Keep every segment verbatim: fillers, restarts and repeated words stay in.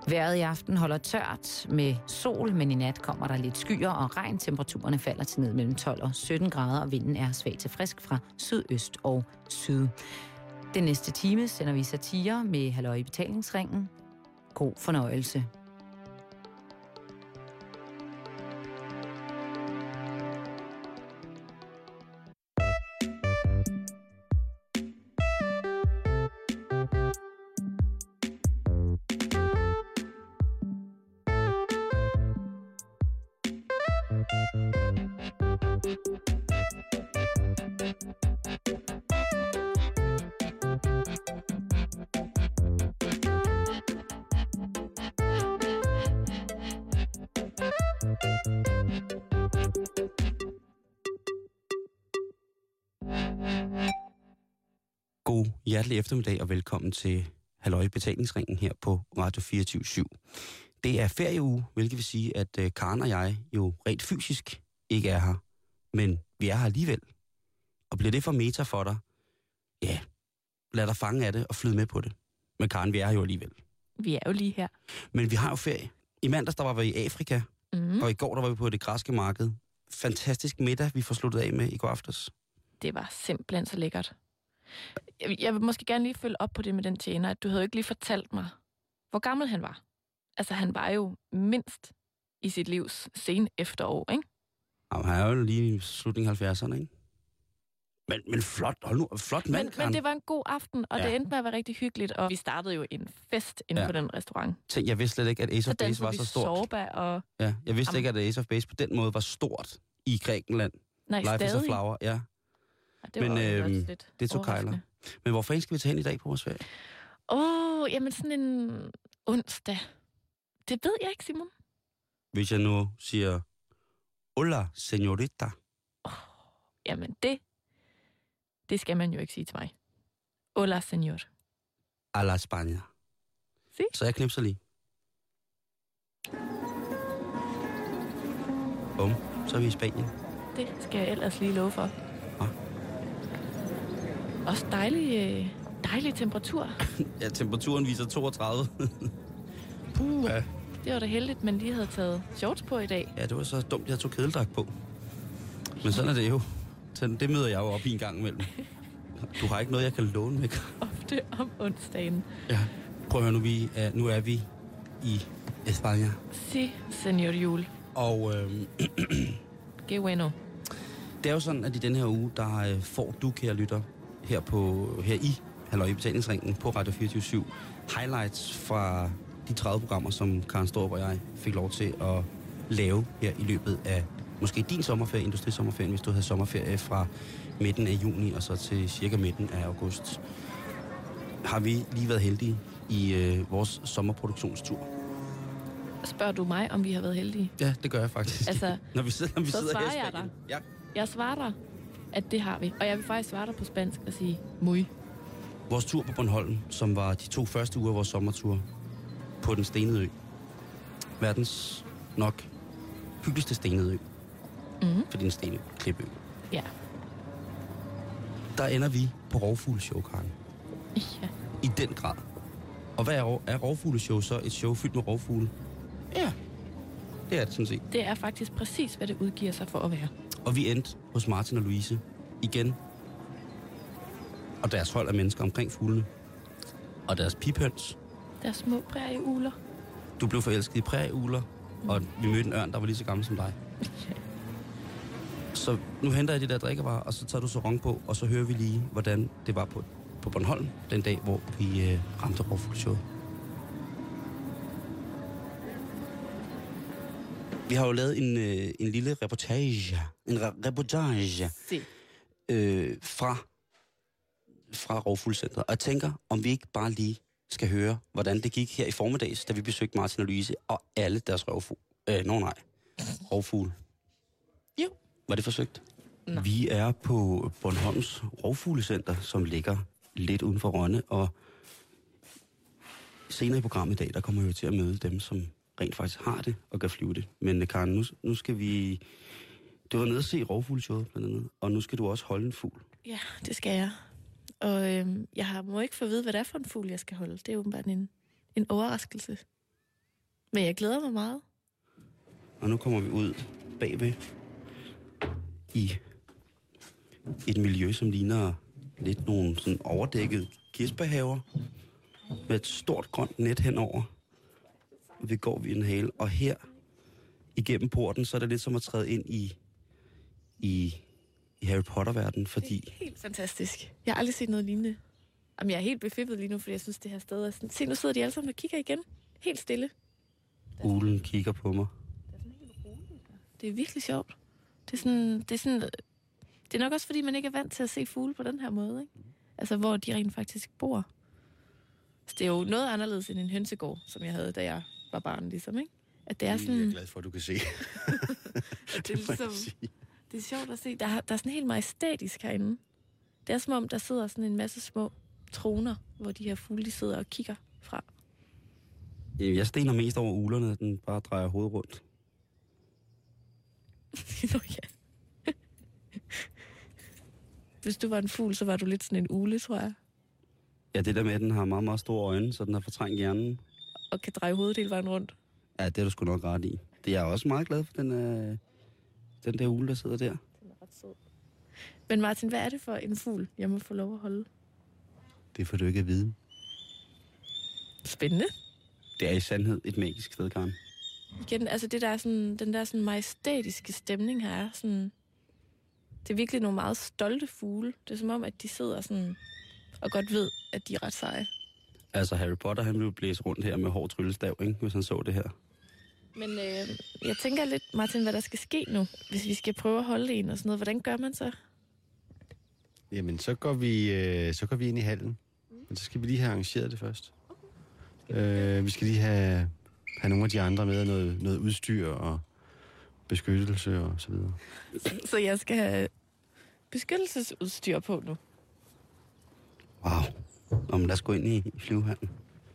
Vejret i aften holder tørt med sol, men i nat kommer der lidt skyer og regn. Temperaturerne falder til ned mellem tolv og sytten grader, og vinden er svag til frisk fra sydøst og syd. Den næste time sender vi satire med Halløj i betalingsringen. God fornøjelse. God hjertelig eftermiddag og velkommen til Halløj i betalingsringen her på Radio fireogtyve syv. Det er ferieuge, hvilket vil sige, at uh, Karen og jeg jo rent fysisk ikke er her, men vi er her alligevel. Og bliver det for meta for dig? Ja, lad dig fange af det og flyde med på det. Men Karen, vi er her jo alligevel. Vi er jo lige her. Men vi har jo ferie. I mandags der var vi i Afrika, mm. og i går der var vi på det græske marked. Fantastisk middag, vi får sluttet af med i går aftes. Det var simpelthen så lækkert. Jeg vil måske gerne lige følge op på det med den tjener, at du havde jo ikke lige fortalt mig, hvor gammel han var. Altså, han var jo mindst i sit livs sen efterår, ikke? Jamen, han er jo lige i slutningen af halvfjerdserne, ikke? Men, men flot, hold nu, flot mand, men, men det var en god aften, og ja. Det endte med at være rigtig hyggeligt, og vi startede jo en fest inde ja. På den restaurant. Tænk, jeg vidste slet ikke, at Ace of Base var så stort. Sorba og... Ja, jeg vidste Am... ikke, at Ace of Base på den måde var stort i Grækenland. Nej, Life stadig. is a flower, ja. Ja, det men øhm, det tog kejler. Men hvorfor skal vi tage hen i dag på vores ferie? Åh, oh, jamen sådan en onsdag. Det ved jeg ikke, Simon. Hvis jeg nu siger, hola, señorita. Oh, jamen det, det skal man jo ikke sige til mig. Hola, señor. A la España. Si? Så jeg knipser lige. Bum, så er vi i Spanien. Det skal jeg ellers lige love for. Ah. Også dejlig, dejlig temperatur. Ja, temperaturen viser toogtredive. Puh, ja. Det var da heldigt, men lige havde taget shorts på i dag. Ja, det var så dumt, jeg tog kedeldragt på. Men sådan er det jo. Det møder jeg jo op i en gang imellem. Du har ikke noget, jeg kan låne med. Ofte om onsdagen. Ja, prøv at høre, nu, vi er, nu er vi i España. Si, señor Jul. Og øhm, que bueno. Det er jo sådan, at i den her uge, der øh, får du, kære lytter, her, på, her i Halløj i betalingsringen på Radio fireogtyve syv, highlights fra de tredive programmer, som Karen Storp og jeg fik lov til at lave her i løbet af måske din sommerferie, industrisommerferien, hvis du havde sommerferie fra midten af juni og så til cirka midten af august. Har vi lige været heldige i øh, vores sommerproduktionstur. Spørger du mig, om vi har været heldige? Ja, det gør jeg faktisk. Altså, når vi sidder, når vi så sidder svarer her jeg dig. Ja. Jeg svarer dig, at det har vi. Og jeg vil faktisk svare dig på spansk og sige muy. Vores tur på Bornholm, som var de to første uger af vores sommertur på den stenede ø. Verdens nok hyggeligste stenede ø. Mm-hmm. For din stenede klipø. Ja. Der ender vi på rovfugleshow, Karen. Ja. I den grad. Og hvad er, er rovfugleshow så? Et show fyldt med rovfugle? Ja, det er det sådan set. Det er faktisk præcis, hvad det udgiver sig for at være. Og vi endte hos Martin og Louise igen. Og deres hold af mennesker omkring fuglene. Og deres piphøns. Deres små prærieugler. Du blev forelsket i prærieugler, mm. og vi mødte en ørn, der var lige så gammel som dig. Ja. Så nu henter jeg de der drikkevarer, og så tager du så rong på, og så hører vi lige, hvordan det var på, på Bornholm den dag, hvor vi øh, ramte rovfugleshowet. Vi har jo lavet en, øh, en lille reportage, en re- reportage si. øh, fra, fra Rovfuglcentret. Og jeg tænker, om vi ikke bare lige skal høre, hvordan det gik her i formiddags, da vi besøgte Martin og Louise og alle deres rovfugle. Øh, nå nej, rovfugle. Jo. Var det forsøgt? Nej. Vi er på Bornholms Rovfuglecenter, som ligger lidt uden for Rønne, og senere i programmet i dag, der kommer vi jo til at møde dem, som rent faktisk har det og kan flyve det. Men Karen, nu, nu skal vi... Du var nede og se rovfugleshowet blandt andet, og nu skal du også holde en fugl. Ja, det skal jeg. Og øhm, jeg har må ikke få at vide, hvad det er for en fugl, jeg skal holde. Det er åbenbart en, en overraskelse. Men jeg glæder mig meget. Og nu kommer vi ud bagved i et miljø, som ligner lidt nogle sådan overdækkede kirsebærhaver med et stort grønt net henover. Vi går ved en hale, og her igennem porten, så er det lidt som at træde ind i, i, i Harry Potter-verdenen, fordi... Det er helt fantastisk. Jeg har aldrig set noget lignende. Jamen, jeg er helt befippet lige nu, fordi jeg synes, det her sted er sådan... Se, nu sidder de alle sammen og kigger igen. Helt stille. Uglen kigger på mig. Det er virkelig sjovt. Det er sådan... Det er, sådan, det er nok også, fordi man ikke er vant til at se fugle på den her måde, ikke? Altså, hvor de rent faktisk bor. Så det er jo noget anderledes end en hønsegård, som jeg havde, da jeg var barn, ligesom, ikke? At det er sådan... Jeg er glad for, at du kan se. det, er ligesom, det er sjovt at se. Der er, der er sådan helt majestætisk herinde. Det er som om, der sidder sådan en masse små troner, hvor de her fugle, de sidder og kigger fra. Jeg stener mest over uglerne, at den bare drejer hovedet rundt. Nå ja. Hvis du var en fugl, så var du lidt sådan en ugle, tror jeg. Ja, det der med, at den har meget, meget store øjne, så den har fortrængt hjernen. Og kan dreje hovedet hele vejen rundt. Ja, det er du sgu nok ret i. Det er jeg også meget glad for, den, øh, den der ugle, der sidder der. Den er ret sød. Men Martin, hvad er det for en fugl, jeg må få lov at holde? Det får du ikke at vide. Spændende. Det er i sandhed et magisk sted, Karen. Igen, altså det der er sådan, den der sådan majestætiske stemning her er sådan... Det er virkelig nogle meget stolte fugle. Det er som om, at de sidder sådan og godt ved, at de er ret seje. Altså Harry Potter, han ville blæse rundt her med hård tryllestav, ikke? Hvis han så det her. Men øh, jeg tænker lidt, Martin, hvad der skal ske nu, hvis vi skal prøve at holde en og sådan noget. Hvordan gør man så? Jamen, så går vi, øh, så går vi ind i hallen. Men så skal vi lige have arrangeret det først. Okay. Øh, vi skal lige have, have nogle af de andre med, noget, noget udstyr og beskyttelse og så videre. Så, så jeg skal have beskyttelsesudstyr på nu? Wow. Nå, men lad os gå ind i, i flyvehallen.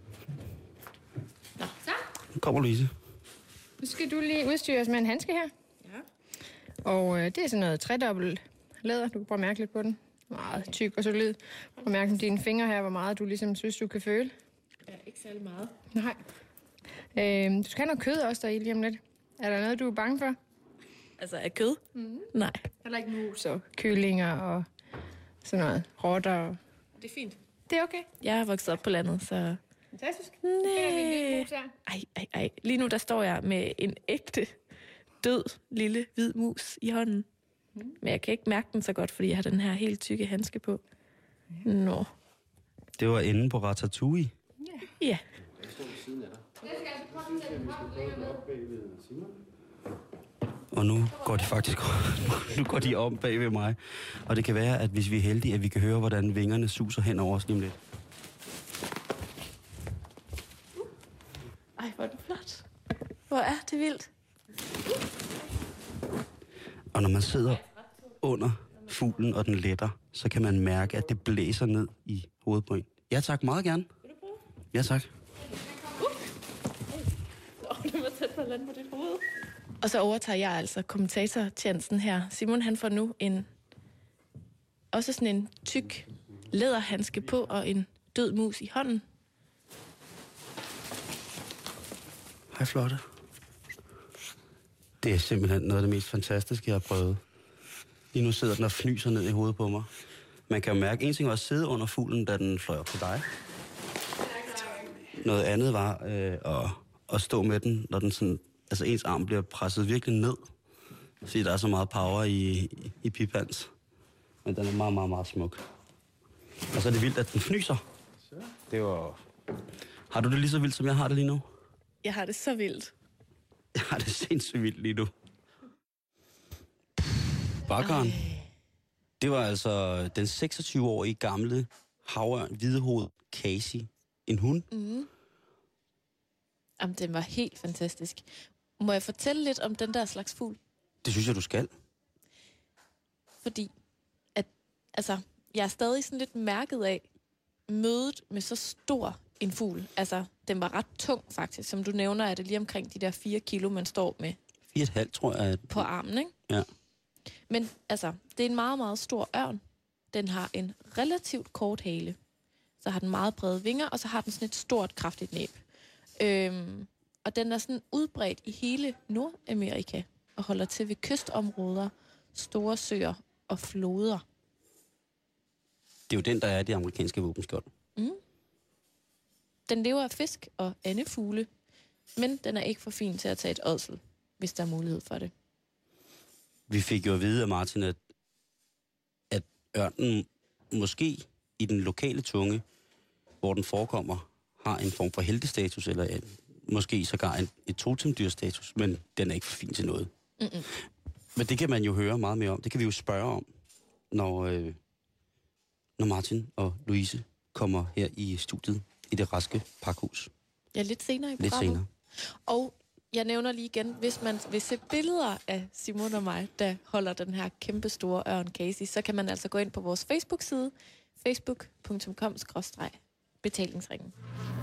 Nå, så. Nu kommer Louise. Nu skal du lige udstyres med en handske her. Ja. Og øh, det er sådan noget tredobbelt læder. Du kan prøve at mærke lidt på den. Meget tyk og solid. Prøv at mærke med dine fingre her, hvor meget du ligesom synes, du kan føle. Ja, ikke særlig meget. Nej. Øh, du skal have noget kød også der i lige om lidt. Er der noget, du er bange for? Altså af kød? Mm. Nej. Heller ikke mus og kyllinger og sådan noget. Rotter. Det er fint. Det er okay. Jeg er vokset op på landet, så... Fantastisk. Nej. Ej, ej, ej. Lige nu der står jeg med en ægte, død, lille, hvid mus i hånden. Mm. Men jeg kan ikke mærke den så godt, fordi jeg har den her helt tykke handske på. Ja. Nå. Det var enden på Ratatouille. Ja. Ja. Og nu går de faktisk nu går de om bag ved mig. Og det kan være, at hvis vi er heldige, at vi kan høre, hvordan vingerne suser hen over os lige om lidt. Ej, hvor er det flot. Hvor er det vildt. Og når man sidder under fuglen, og den letter, så kan man mærke, at det blæser ned i hovedet på en. Ja tak, meget gerne. Vil du prøve? Ja tak. Åh, det var tæt på at lande på dit hoved. Og så overtager jeg altså kommentatortjenesten her. Simon, han får nu en... Også sådan en tyk læderhandske på, og en død mus i hånden. Hej, Flotte. Det er simpelthen noget af det mest fantastiske, jeg har prøvet. Lige nu sidder den og fnyser ned i hovedet på mig. Man kan jo mærke, en ting var at sidde under fuglen, da den fløj op til dig. Noget andet var øh, at, at stå med den, når den sådan, altså ens arm bliver presset virkelig ned. Fordi der er så meget power i, i, i piphans. Men den er meget, meget, meget smuk. Og så er det vildt, at den fnyser. Det var... Har du det lige så vildt, som jeg har det lige nu? Jeg har det så vildt. Jeg har det sindssygt vildt lige nu. Bakkeren. Det var altså den seksogtyve-årige gamle havørn, hvidehoved Casey. En hund. Mm. Jamen, den var helt fantastisk. Må jeg fortælle lidt om den der slags fugl? Det synes jeg, du skal. Fordi, at, altså, jeg er stadig sådan lidt mærket af mødet med så stor en fugl. Altså, den var ret tung faktisk. Som du nævner, er det lige omkring de der fire kilo, man står med. Fire og et halvt, tror jeg. At... På armen, ikke? Ja. Men altså, det er en meget, meget stor ørn. Den har en relativt kort hale. Så har den meget brede vinger, og så har den sådan et stort, kraftigt næb. Øhm, Og den er sådan udbredt i hele Nordamerika og holder til ved kystområder, store søer og floder. Det er jo den, der er det amerikanske våbenskjold. Mm. Den lever af fisk og andefugle, men den er ikke for fin til at tage et ådsel, hvis der er mulighed for det. Vi fik jo at vide af Martin, at, at ørnen måske i den lokale tunge, hvor den forekommer, har en form for heltestatus, eller en, måske sågar en, et totemdyrstatus, men den er ikke for fin til noget. Mm-mm. Men det kan man jo høre meget mere om. Det kan vi jo spørge om, når, øh, når Martin og Louise kommer her i studiet i det raske pakhus. Ja, lidt senere i programmet. Lidt senere. Og jeg nævner lige igen, hvis man vil se billeder af Simon og mig, der holder den her kæmpe store ørn Casey, så kan man altså gå ind på vores Facebook-side, facebook punktum com skråstreg betalingsringen.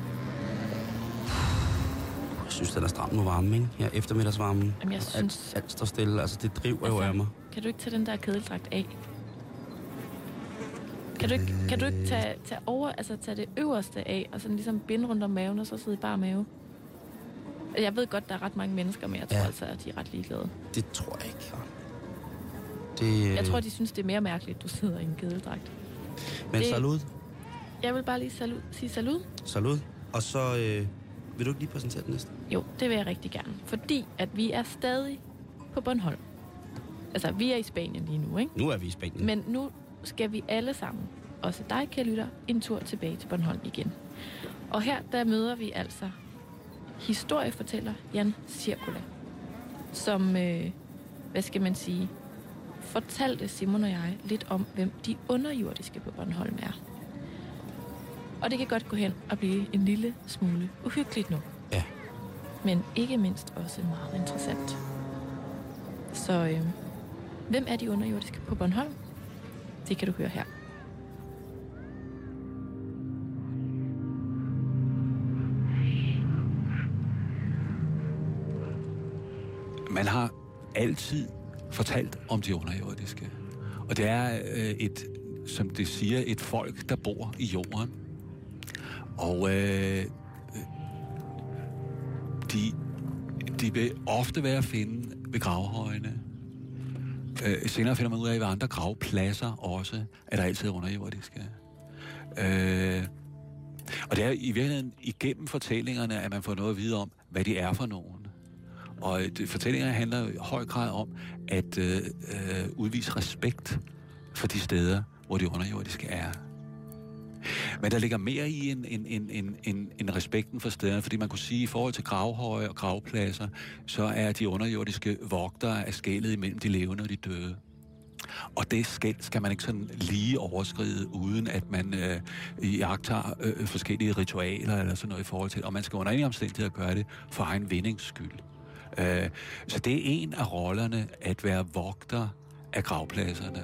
Jeg synes, den er stram nu varme, ikke? Her eftermiddagsvarmen. Jamen, jeg synes... Alt, alt står stille. Altså, det driver altså, jo af mig. Kan du ikke tage den der kedeldragt af? Kan du ikke, øh... kan du ikke tage, tage, over, altså, tage det øverste af, og sådan ligesom binde rundt om maven, og så sidde i bare mave? Jeg ved godt, der er ret mange mennesker, men jeg tror ja. altså, at de er ret ligeglade. Det tror jeg ikke. Det... Jeg tror, de synes, det er mere mærkeligt, at du sidder i en kedeldragt. Men det... salut. Jeg vil bare lige salut, sige salut. Salut. Og så øh, vil du ikke lige præsentere det næste? Jo, det vil jeg rigtig gerne. Fordi at vi er stadig på Bornholm. Altså, vi er i Spanien lige nu, ikke? Nu er vi i Spanien. Men nu skal vi alle sammen, også dig, kære lytter, en tur tilbage til Bornholm igen. Og her, der møder vi altså historiefortæller Jan Cirkula, som, øh, hvad skal man sige, fortalte Simon og jeg lidt om, hvem de underjordiske på Bornholm er. Og det kan godt gå hen og blive en lille smule uhyggeligt nu. Ja. Men ikke mindst også meget interessant. Så øh, hvem er de underjordiske på Bornholm? Det kan du høre her. Man har altid fortalt om de underjordiske. Og det er øh, et, som det siger, et folk, der bor i jorden. Og øh, de, de vil ofte være at finde ved gravhøjene. Øh, senere finder man ud af, ved andre gravpladser også, at der altid er underjordiske. Øh, og det er i virkeligheden igennem fortællingerne, at man får noget at vide om, hvad de er for nogen. Og det, fortællingerne handler i høj grad om at øh, øh, udvise respekt for de steder, hvor de underjordiske er. Men der ligger mere i en, en, en, en, en, en respekten for stederne, fordi man kunne sige, at i forhold til gravhøje og gravpladser, så er de underjordiske vogtere af skellet imellem de levende og de døde. Og det skel skal man ikke sådan lige overskride, uden at man øh, iagttager øh, forskellige ritualer eller sådan noget i forhold til, og man skal under ingen omstændigheder gøre det for egen vindings skyld. Øh, så det er en af rollerne at være vogter af gravpladserne.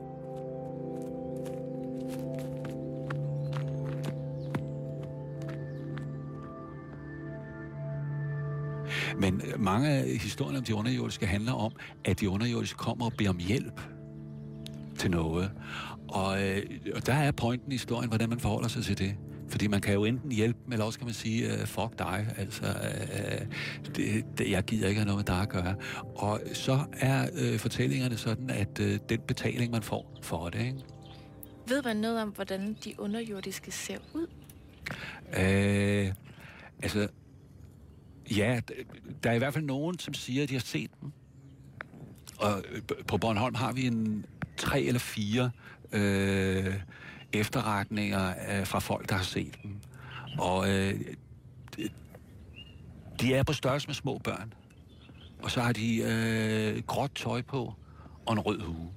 Men mange af historierne om de underjordiske handler om, at de underjordiske kommer og beder om hjælp til noget. Og, øh, og der er pointen i historien, hvordan man forholder sig til det. Fordi man kan jo enten hjælpe dem, eller også kan man sige, uh, fuck dig, altså, uh, det, det, jeg gider ikke have noget med dig at gøre. Og så er uh, fortællingerne sådan, at uh, den betaling, man får for det, ikke? Ved man noget om, hvordan de underjordiske ser ud? Uh, altså, ja, der er i hvert fald nogen, som siger, at de har set dem. Og på Bornholm har vi en tre eller fire øh, efterretninger øh, fra folk, der har set dem. Og øh, de er på størrelse med små børn. Og så har de øh, gråt tøj på og en rød hue.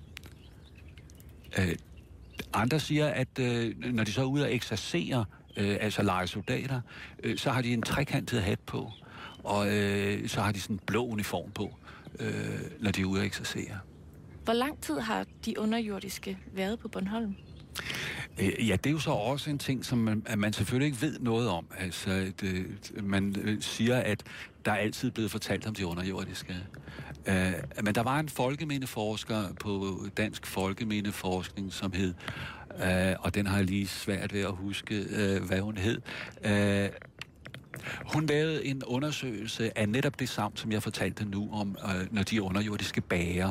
Øh, andre siger, at øh, når de så er ude og eksercere, øh, altså lege soldater, øh, så har de en trekantet hat på, og øh, så har de sådan en blå uniform på, øh, når de er ude og eksercere. Hvor lang tid har de underjordiske været på Bornholm? Ja, det er jo så også en ting, som man, man selvfølgelig ikke ved noget om. Altså, det, man siger, at der er altid blevet fortalt om de underjordiske. Uh, men der var en folkemindeforsker på Dansk Folkemindeforskning, som hed, uh, og den har jeg lige svært ved at huske, uh, hvad hun hed. Uh, hun lavede en undersøgelse af netop det savn, som jeg fortalte nu om, øh, når de underjordiske bager.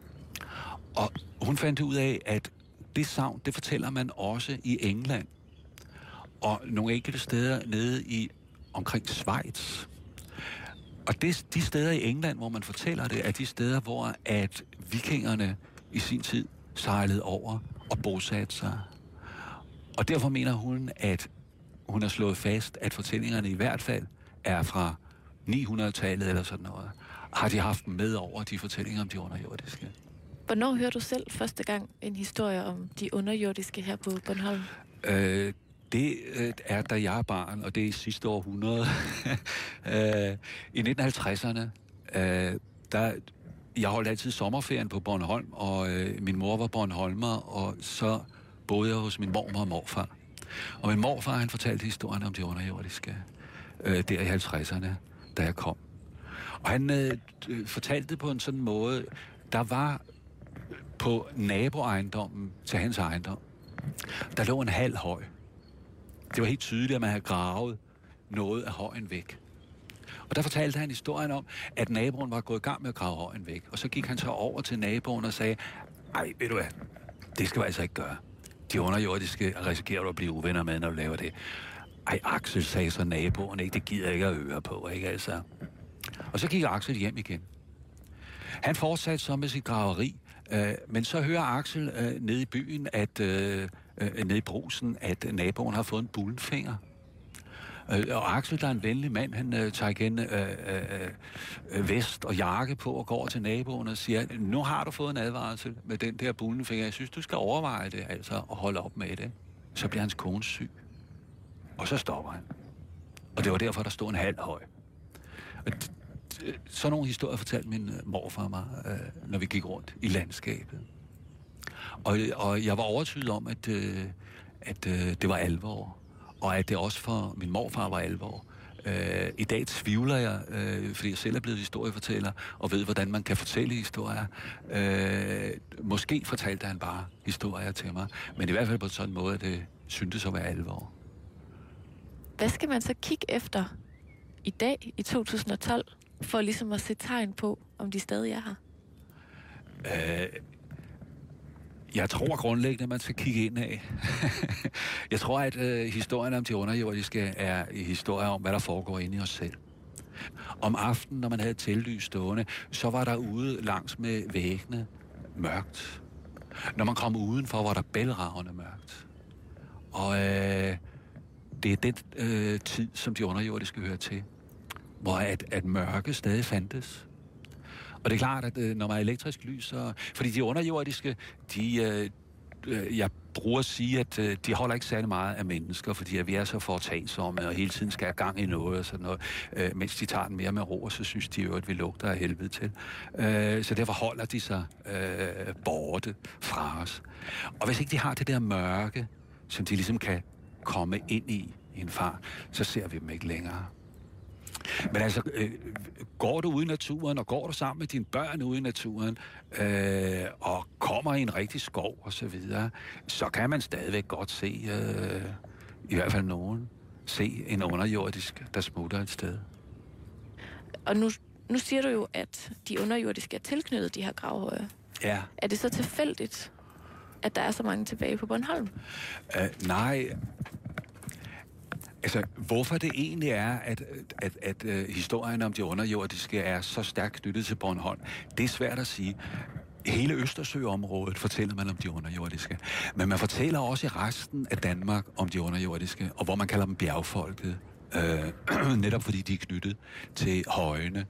Og hun fandt ud af, at det savn, det fortæller man også i England. Og nogle enkelte steder nede i omkring Schweiz. Og det, de steder i England, hvor man fortæller det, er de steder, hvor at vikingerne i sin tid sejlede over og bosatte sig. Og derfor mener hun, at hun har slået fast, at fortællingerne i hvert fald er fra ni hundrede-tallet eller sådan noget. Har de haft med over de fortællinger om de underjordiske? Hvornår hørte du selv første gang en historie om de underjordiske her på Bornholm? Øh, det øh, er, da jeg er barn, og det er i sidste århundrede. øh, I nitten halvtredserne, øh, der... Jeg holdt altid sommerferien på Bornholm, og øh, min mor var bornholmer, og så boede jeg hos min mormor og morfar. Og min morfar, han fortalte historien om de underjordiske, øh, der i halvtredserne, da jeg kom. Og han øh, fortalte det på en sådan måde, der var på naboejendommen til hans ejendom, der lå en halv høj. Det var helt tydeligt, at man havde gravet noget af højen væk. Og der fortalte han historien om, at naboen var gået i gang med at grave højen væk. Og så gik han så over til naboen og sagde, ej, ved du hvad, det skal vi altså ikke gøre. De underjordiske risikerer du at blive uvenner med, når du laver det. Ej, Axel, sagde så naboen, ikke? Det gider jeg ikke at høre på, ikke altså. Og så gik Axel hjem igen. Han fortsatte så med sit graveri, øh, men så hører Axel øh, nede i byen, at, øh, øh, nede i brusen, at naboen har fået en bullenfinger. Og Axel, der er en venlig mand, han øh, tager igen øh, øh, vest og jakke på og går over til naboen og siger, nu har du fået en advarsel med den der bullenfinger. Jeg synes, du skal overveje det, altså, og holde op med det. Så bliver hans kone syg. Og så stopper han. Og det var derfor, der stod en halv høj. Og sådan nogle historier fortalte min morfar mig, øh, når vi gik rundt i landskabet. Og, og jeg var overtydet om, at, øh, at øh, det var alvor. Og at det også for min morfar var alvor. Øh, I dag tvivler jeg, øh, fordi jeg selv er blevet historiefortæller, og ved, hvordan man kan fortælle historier. Øh, måske fortalte han bare historier til mig, men i hvert fald på en sådan måde, at det syntes at være alvor. Hvad skal man så kigge efter i dag, i to tusind og tolv, for ligesom at se tegn på, om de stadig er her? Øh, Jeg tror grundlæggende, man skal kigge ind af. Jeg tror, at øh, historien om de underjordiske er historier om, hvad der foregår inde i os selv. Om aftenen, når man havde tellys stående, så var der ude langs med væggene mørkt. Når man kom udenfor, var der bælragende mørkt. Og øh, det er den øh, tid, som de underjordiske hører til, hvor at, at mørke stadig fandtes. Og det er klart, at øh, når man er elektrisk lys, så... Fordi de underjordiske, de... Øh, øh, jeg bruger at sige, at øh, de holder ikke særlig meget af mennesker, fordi at vi er så foretagsomme, og hele tiden skal have gang i noget og sådan noget. Øh, mens de tager den mere med ro, så synes de jo, at vi lugter af helvede til. Øh, så derfor holder de sig øh, borte fra os. Og hvis ikke de har det der mørke, som de ligesom kan komme ind i, i en far, så ser vi dem ikke længere. Men altså, øh, går du ude i naturen, og går du sammen med dine børn ude i naturen, øh, og kommer i en rigtig skov og så videre, så kan man stadigvæk godt se, øh, i hvert fald nogen, se en underjordisk, der smutter et sted. Og nu, nu siger du jo, at de underjordiske er tilknyttet de her gravhøje. Ja. Er det så tilfældigt, at der er så mange tilbage på Bornholm? Øh, nej. Altså, hvorfor det egentlig er, at, at, at, at historien om de underjordiske er så stærkt knyttet til Bornholm, det er svært at sige. Hele Østersøområdet fortæller man om de underjordiske. Men man fortæller også i resten af Danmark om de underjordiske, og hvor man kalder dem bjergfolket. Øh, netop fordi de er knyttet til højene.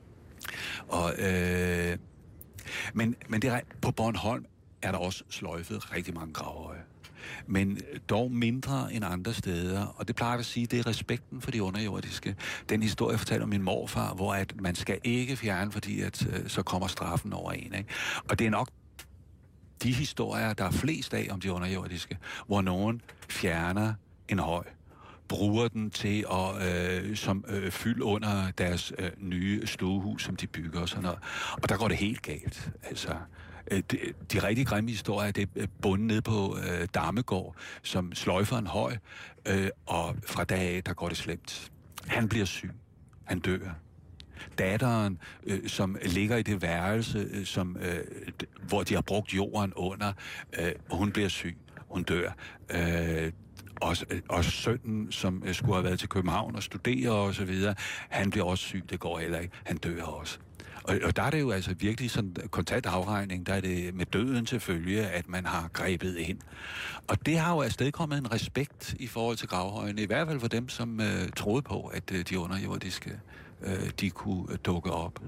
Og, øh, men men det er, på Bornholm er der også sløjfet rigtig mange gravhøje. Men dog mindre end andre steder, og det plejer jeg at sige, det er respekten for de underjordiske. Den historie fortæller min morfar, hvor at man skal ikke fjerne, fordi at, øh, så kommer straffen over en. Ikke? Og det er nok de historier, der er flest af om de underjordiske, hvor nogen fjerner en høj, bruger den til at øh, som øh, fyld under deres øh, nye stuehus, som de bygger og sådan noget. Og der går det helt galt, altså. De, de rigtig grimme historier, det er bundet ned på øh, Dammegård, som sløjfer en høj, øh, og fra dag af, der går det slemt. Han bliver syg. Han dør. Datteren, øh, som ligger i det værelse, øh, som, øh, d- hvor de har brugt jorden under, øh, hun bliver syg. Hun dør. Øh, og, og sønnen, som øh, skulle have været til København og studere og så videre, han bliver også syg. Det går heller ikke. Han dør også. Og, og der er det jo altså virkelig sådan kontant afregning, der er det med døden til følge, at man har grebet ind. Og det har jo afstedkommet en respekt i forhold til gravhøjene, i hvert fald for dem, som øh, troede på, at øh, de underjordiske, øh, de kunne øh, dukke op.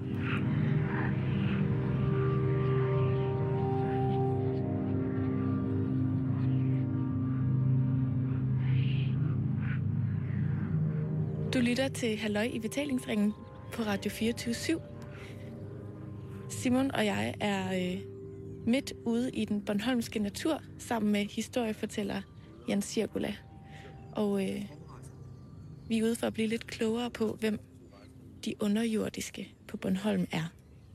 Du lytter til Halløj i Betalingsringen på Radio fireogtyve syv. Simon og jeg er øh, midt ude i den bornholmske natur sammen med historiefortæller Jens Cirkula. Og øh, vi er ude for at blive lidt klogere på, hvem de underjordiske på Bornholm er.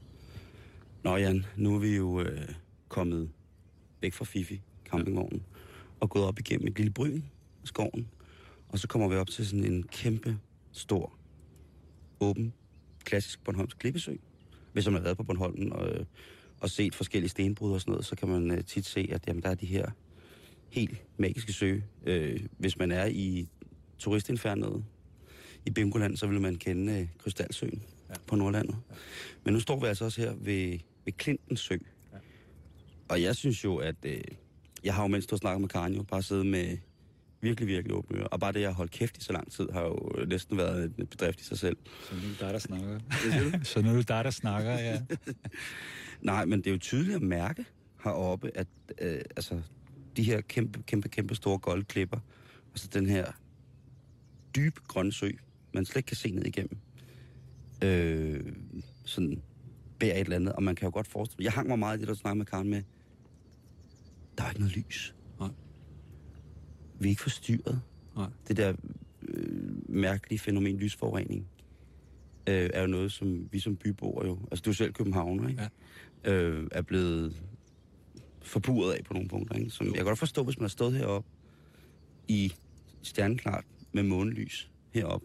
Nå Jan, nu er vi jo øh, kommet væk fra Fifi, campingvognen, og gået op igennem et lille bryn af skoven. Og så kommer vi op til sådan en kæmpe, stor, åben, klassisk bornholmsk klippesø. Hvis man har været på Bornholm og, og set forskellige stenbrud og sådan noget, så kan man uh, tit se, at jamen, der er de her helt magiske sø. Uh, hvis man er i turistinfernet i Bingoland, så vil man kende uh, Krystalsøen ja. på Nordlandet. Ja. Men nu står vi altså også her ved, ved Klintens Sø. Ja. Og jeg synes jo, at uh, jeg har jo, mens du har snakket med Karen, jo bare siddet med virkelig, virkelig åbne ører. Og bare det, jeg har holdt kæft i så lang tid, har jo næsten været en bedrift i sig selv. Så nu er det dig, der snakker. Så nu er det dig, der snakker, ja. Nej, men det er jo tydeligt at mærke heroppe, at øh, altså, de her kæmpe, kæmpe, kæmpe store goldklipper, og så den her dybe grønne sø, man slet ikke kan se ned igennem, øh, sådan bærer et eller andet, og man kan jo godt forestille. Jeg hang mig meget i det, der snakkede med Karen med, der er ikke noget lys. Nej. Vi er ikke forstyrret. Nej. Det der øh, mærkelige fænomen, lysforurening, øh, er jo noget, som vi som byboere jo, altså du er selv københavner, ikke? Ja. Øh, er blevet forpurret af på nogle punkter, ikke? Som, jeg kan godt forstå, hvis man har stået heroppe i stjerneklart med månelys heroppe,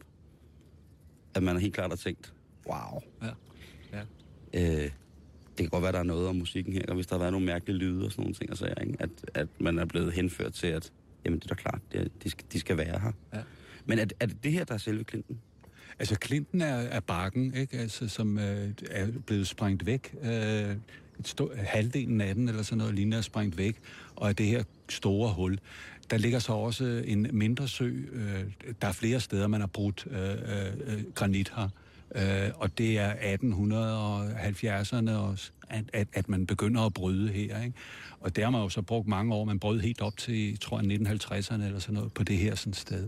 at man er helt klart har tænkt, wow. Ja. Ja. Øh, det kan godt være, der er noget om musikken her, og hvis der har været nogle mærkelige lyde og sådan nogle ting, og så er, ikke? At, at man er blevet henført til, at jamen, det er da klart, det, de, skal, de skal være her. Ja. Men er, er det det her, der er selve Klinten? Altså, Klinten er, er bakken, ikke? Altså, som øh, er blevet sprængt væk. Øh, et stå, halvdelen af den, eller sådan noget, lignende er sprængt væk. Og af det her store hul, der ligger så også en mindre sø. Øh, der er flere steder, man har brudt øh, øh, granit her. Øh, og det er atten halvfjerdserne også, at, at, at man begynder at bryde her, ikke? Og der har man jo så brugt mange år. Man brød helt op til, tror jeg, nitten halvtredserne eller sådan noget, på det her sådan sted.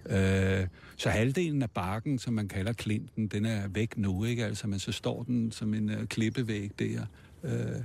Øh, så halvdelen af bakken, som man kalder Klinten, den er væk nu, ikke? Altså, men så står den som en uh, klippevæg der. Øh,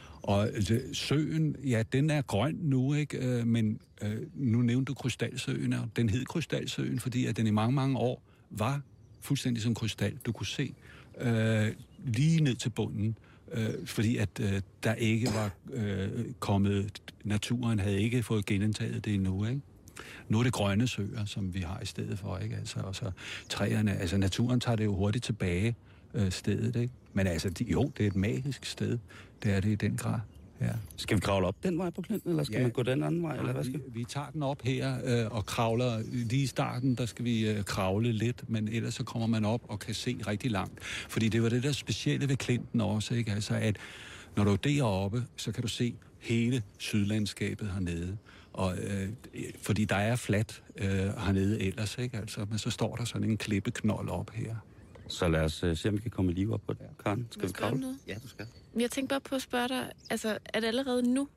og altså, søen, ja, den er grøn nu, ikke? Øh, men øh, nu nævnte du Krystalsøen, og den hed Krystalsøen, fordi at den i mange, mange år var fuldstændig som krystal, du kunne se, øh, lige ned til bunden, øh, fordi at øh, der ikke var øh, kommet, naturen havde ikke fået genindtaget det endnu, ikke? Nu er det grønne søer, som vi har i stedet for, ikke? Altså, og så træerne, altså naturen tager det jo hurtigt tilbage, øh, stedet, ikke? Men altså, de, jo, det er et magisk sted, det er det i den grad. Ja. Skal vi kravle op den vej på Klinten, eller skal ja. man gå den anden vej, ja, eller hvad skal vi? Vi tager den op her øh, og kravler. Lige i starten, der skal vi øh, kravle lidt, men ellers så kommer man op og kan se rigtig langt. Fordi det var det der specielle ved Klinten også, ikke? Altså, at når du er deroppe, så kan du se hele sydlandskabet hernede. Og, øh, fordi der er fladt øh, hernede ellers, ikke? Altså, men så står der sådan en klippeknold op her. Så lad os uh, se, om vi kan komme i liv op på det. Karen, skal vi kravle? Noget? Ja, du skal. Jeg tænkte bare på at spørge dig, altså, er det allerede nu,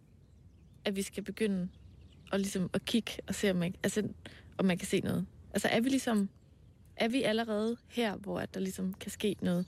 at vi skal begynde at, ligesom, at kigge og se, om man, altså, om man kan se noget? Altså, er vi ligesom, er vi allerede her, hvor at der ligesom kan ske noget?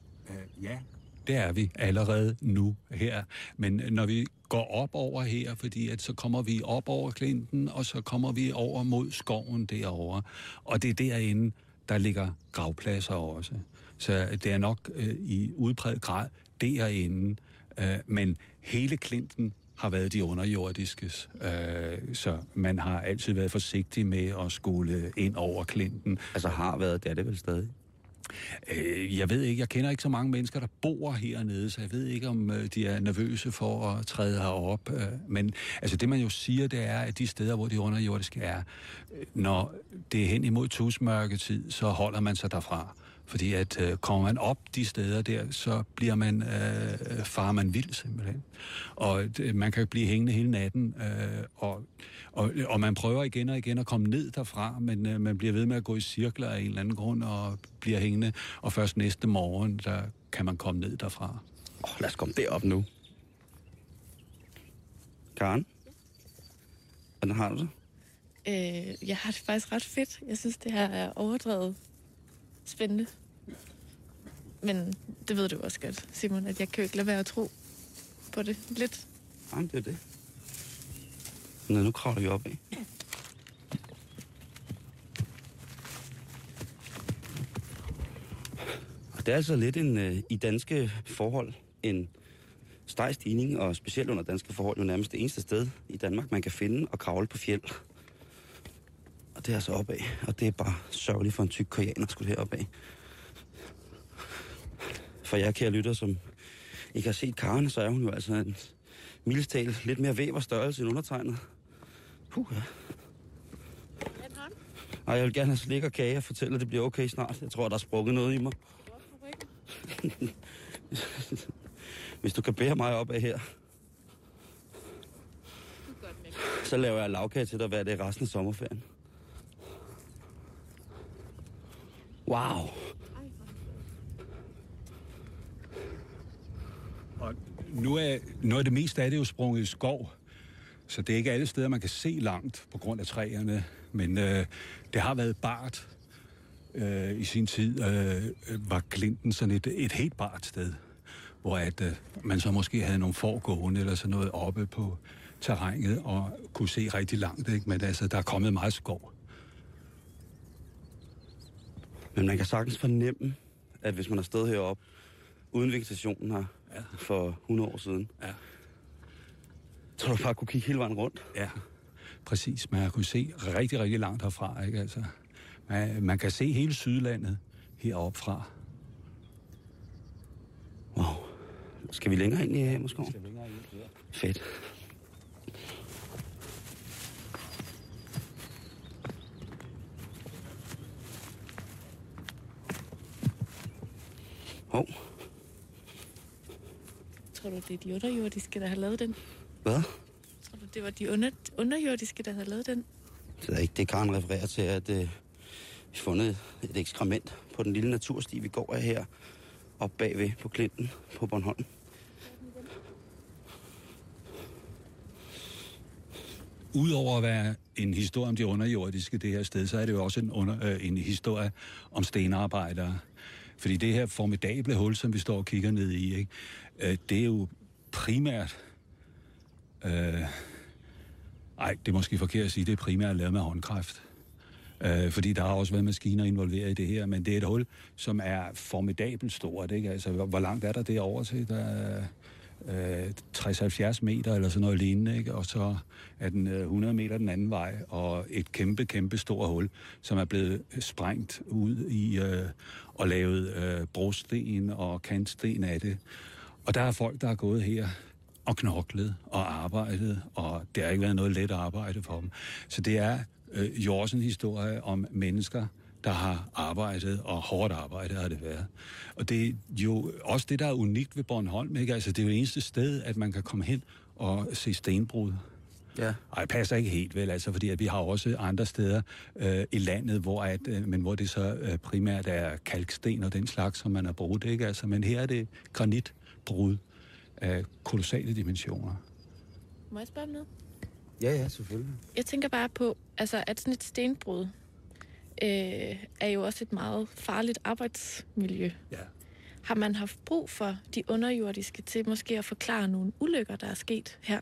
Uh, ja, det er vi allerede nu her. Men når vi går op over her, fordi at så kommer vi op over Klinten, og så kommer vi over mod skoven derovre. Og det er derinde, der ligger gravpladser også. Så det er nok øh, i udpræget grad derinde. Øh, men hele Klinten har været de underjordiskes. Øh, så man har altid været forsigtig med at skulle ind over klinten. Altså har været, det er det vel stadig? Øh, jeg ved ikke, jeg kender ikke så mange mennesker, der bor hernede, så jeg ved ikke, om øh, de er nervøse for at træde herop. Øh, men altså det, man jo siger, det er, at de steder, hvor de underjordiske er, øh, når det er hen imod tusmørketid, så holder man sig derfra. Fordi at øh, kommer man op de steder der, så bliver man, øh, farer man vild simpelthen. Og øh, man kan blive hængende hele natten, øh, og, og, og man prøver igen og igen at komme ned derfra, men øh, man bliver ved med at gå i cirkler af en eller anden grund, og bliver hængende, og først næste morgen, der kan man komme ned derfra. Oh, lad os komme derop nu. Karen? Hvordan har du det? Øh, jeg har det faktisk ret fedt. Jeg synes, det her er overdrevet spændende. Men det ved du også godt, Simon, at jeg kan jo ikke lade være at tro på det lidt. Nej, det er det. Nå, nu kravler vi op af. Og det er altså lidt en, øh, i danske forhold, en stejl stigning, og specielt under danske forhold, jo nærmest det eneste sted i Danmark, man kan finde og kravle på fjeld. Og det er altså opad, og det er bare sørgeligt for en tyk koreaner at skulle heroppe af. For jer, kære lytter, som ikke har set Karen, så er hun jo altså en mildest talt lidt mere væv og størrelse end undertegnet. Puh, ja. Ej, jeg vil gerne have slik og kage og fortælle, at det bliver okay snart. Jeg tror, der er sprukket noget i mig. Hvis du kan bære mig op af her, så laver jeg lavkage til dig hver dag resten af sommerferien. Wow. Og nu er, nu er det meste af det jo sprunget i skov, så det er ikke alle steder, man kan se langt på grund af træerne. Men øh, det har været bart. Øh, I sin tid øh, var klinten sådan et, et helt bart sted, hvor at, øh, man så måske havde nogle forgående eller sådan noget oppe på terrænet og kunne se rigtig langt, ikke? Men altså, der er kommet meget skov. Men man kan sagtens fornemme, at hvis man har stået heroppe uden vegetationen her ja. for hundrede år siden, ja. så du bare kunne kigge hele vejen rundt. Ja, præcis. Man har kunne se rigtig, rigtig langt herfra, ikke? Altså, man, man kan se hele Sydlandet heroppe fra. Wow. Skal vi længere ind i Hamerskoven? Skal vi længere ind, ja. Fedt. Hov. Tror du, det er de underjordiske, der har lavet den? Hvad? Tror du, det var de under, underjordiske, der havde lavet den? Det er ikke det, Karen refererer til, at øh, vi har fundet et ekskrement på den lille natursti, vi går af her, op bagved på klinten på Bornholm. Udover at være en historie om de underjordiske det her sted, så er det jo også en, under, øh, en historie om stenarbejdere. Fordi det her formidable hul, som vi står og kigger ned i, ikke, øh, det er jo primært... Øh, ej, det er måske forkert at sige, det er primært lavet med håndkraft. Øh, fordi der har også været maskiner involveret i det her, men det er et hul, som er formidabelt stort, ikke? Altså, hvor, hvor langt er der derovre til? Der er øh, tres til halvfjerds meter eller sådan noget lignende, ikke? Og så er den øh, hundrede meter den anden vej, og et kæmpe, kæmpe stort hul, som er blevet sprængt ud i øh, og lavet øh, brosten og kantsten af det. Og der er folk, der er gået her og knoklet og arbejdet, og det har ikke været noget let arbejde for dem. Så det er øh, jo også en historie om mennesker, der har arbejdet, og hårdt arbejde har det været. Og det er jo også det, der er unikt ved Bornholm, ikke? Altså, det er jo det eneste sted, at man kan komme hen og se stenbrud. Ja. Ej, det passer ikke helt vel, altså, fordi at vi har også andre steder øh, i landet, hvor, at, øh, men hvor det så øh, primært er kalksten og den slags, som man har brugt, ikke? Altså, men her er det granitbrud af kolossale dimensioner. Må jeg spørge om noget? Ja, ja, selvfølgelig. Jeg tænker bare på, altså, at sådan et stenbrud øh, er jo også et meget farligt arbejdsmiljø. Ja. Har man haft brug for de underjordiske til måske at forklare nogle ulykker, der er sket her?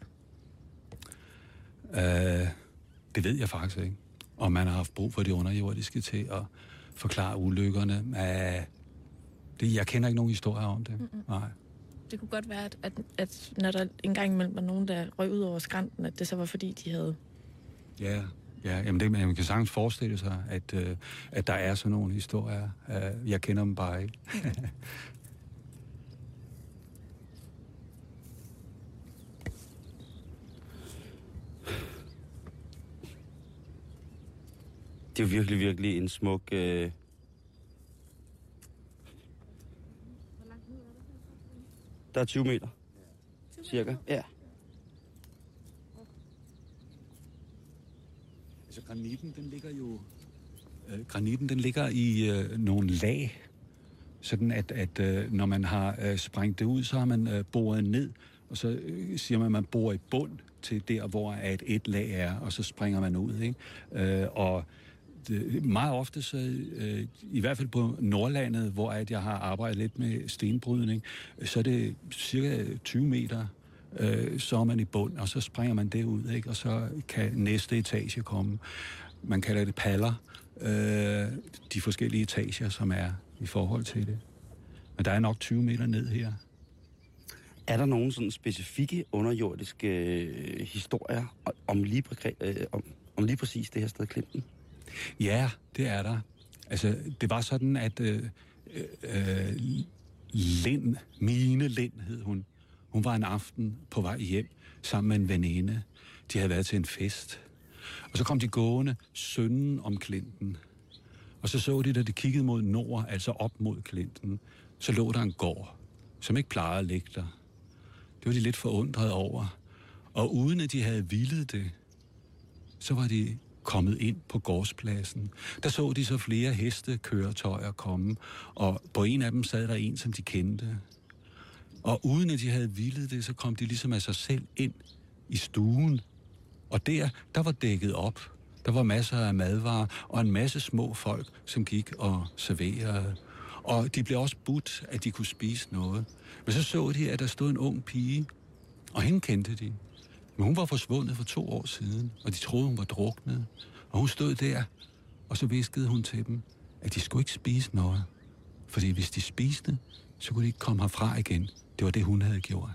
Uh, det ved jeg faktisk ikke. Om man har haft brug for de underjordiske til at forklare ulykkerne. Uh, det, jeg kender ikke nogen historier om det. Mm-mm. Nej. Det kunne godt være, at, at, at når der engang imellem var nogen, der røg ud over skrænten, at det så var fordi, de havde... Ja, ja jamen det, man kan sagtens forestille sig, at, øh, at der er sådan nogle historier. Uh, jeg kender dem bare ikke. Det er jo virkelig, virkelig en smuk... Øh... Der er tyve meter. Cirka, ja. Altså granitten, den ligger jo... Øh, granitten, den ligger i øh, nogle lag. Sådan at, at øh, når man har øh, sprængt det ud, så har man øh, boret ned. Og så øh, siger man, at man borer i bund til der, hvor et, et lag er. Og så springer man ud, ikke? Øh, og... Meget ofte, så, øh, i hvert fald på Nordlandet, hvor at jeg har arbejdet lidt med stenbrydning, så er det cirka tyve meter, øh, så er man i bund, og så springer man det ud, ikke? Og så kan næste etage komme. Man kalder det paller, øh, de forskellige etager, som er i forhold til det. Men der er nok tyve meter ned her. Er der nogle sådan specifikke underjordiske øh, historier om lige, øh, om, om lige præcis det her sted, Klinten? Ja, det er der. Altså, det var sådan, at øh, øh, Lind, Mine Lind hed hun. Hun var en aften på vej hjem sammen med en veninde. De havde været til en fest. Og så kom de gående sønden om Klinten. Og så så de, da de kiggede mod nord, altså op mod Klinten, så lå der en gård, som ikke plejede at ligge der. Det var de lidt forundret over. Og uden at de havde villet det, så var de kommet ind på gårdspladsen. Der så de så flere hestekøretøjer komme, og på en af dem sad der en, som de kendte. Og uden at de havde villet det, så kom de ligesom af sig selv ind i stuen. Og der, der var dækket op. Der var masser af madvarer, og en masse små folk, som gik og serverede. Og de blev også budt, at de kunne spise noget. Men så så de, at der stod en ung pige, og hende kendte de. Men hun var forsvundet for to år siden, og de troede, hun var druknet. Og hun stod der, og så viskede hun til dem, at de skulle ikke spise noget. Fordi hvis de spiste, så kunne de ikke komme herfra igen. Det var det, hun havde gjort.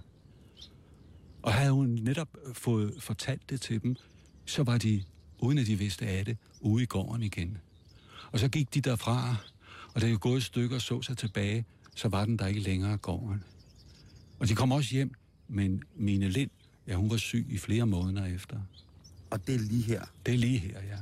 Og havde hun netop fået fortalt det til dem, så var de, uden at de vidste af det, ude i gården igen. Og så gik de derfra, og da de gået et stykke og så sig tilbage, så var den der ikke længere gården. Og de kom også hjem, men Mine Lind, ja, hun var syg i flere måneder efter. Og det er lige her? Det er lige her, ja.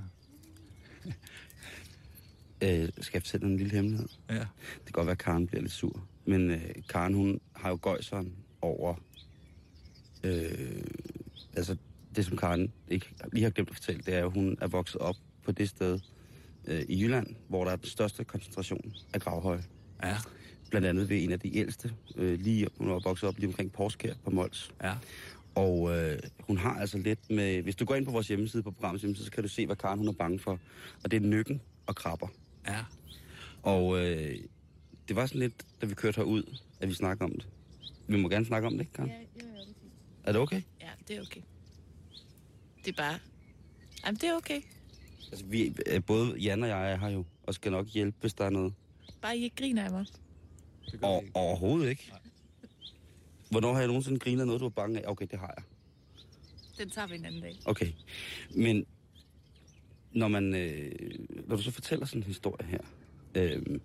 øh, skal jeg fortælle en lille hemmelighed? Ja. Det kan godt være, at Karen bliver lidt sur. Men øh, Karen, hun har jo gøjseren over... Øh, altså, det som Karen ikke lige har glemt at fortælle, det er, at hun er vokset op på det sted øh, i Jylland, hvor der er den største koncentration af gravhøje. Ja. Blandt andet ved en af de ældste, øh, lige, hun var vokset op lige omkring Porskær på Mols. Ja. Og øh, hun har altså lidt med... Hvis du går ind på vores hjemmeside, på programmets hjemmeside, så kan du se, hvad Karen hun er bange for. Og det er nykken og krabber. Ja. Og øh, det var sådan lidt, da vi kørte herud, at vi snakkede om det. Vi må gerne snakke om det, ikke, Karen? Ja, ja, ja, det er fint. Er det okay? Ja, det er okay. Det er bare... Jamen, det er okay. Altså, vi, både Jan og jeg er her jo, og skal nok hjælpe, hvis der er noget. Bare I ikke griner af mig. Og, overhovedet ikke. Nej. Hvornår har jeg nogensinde grinet af noget, du var bange af? Okay, det har jeg. Den tager vi en anden dag. Okay. Men når man... Øh, når du så fortæller sådan en historie her, øh,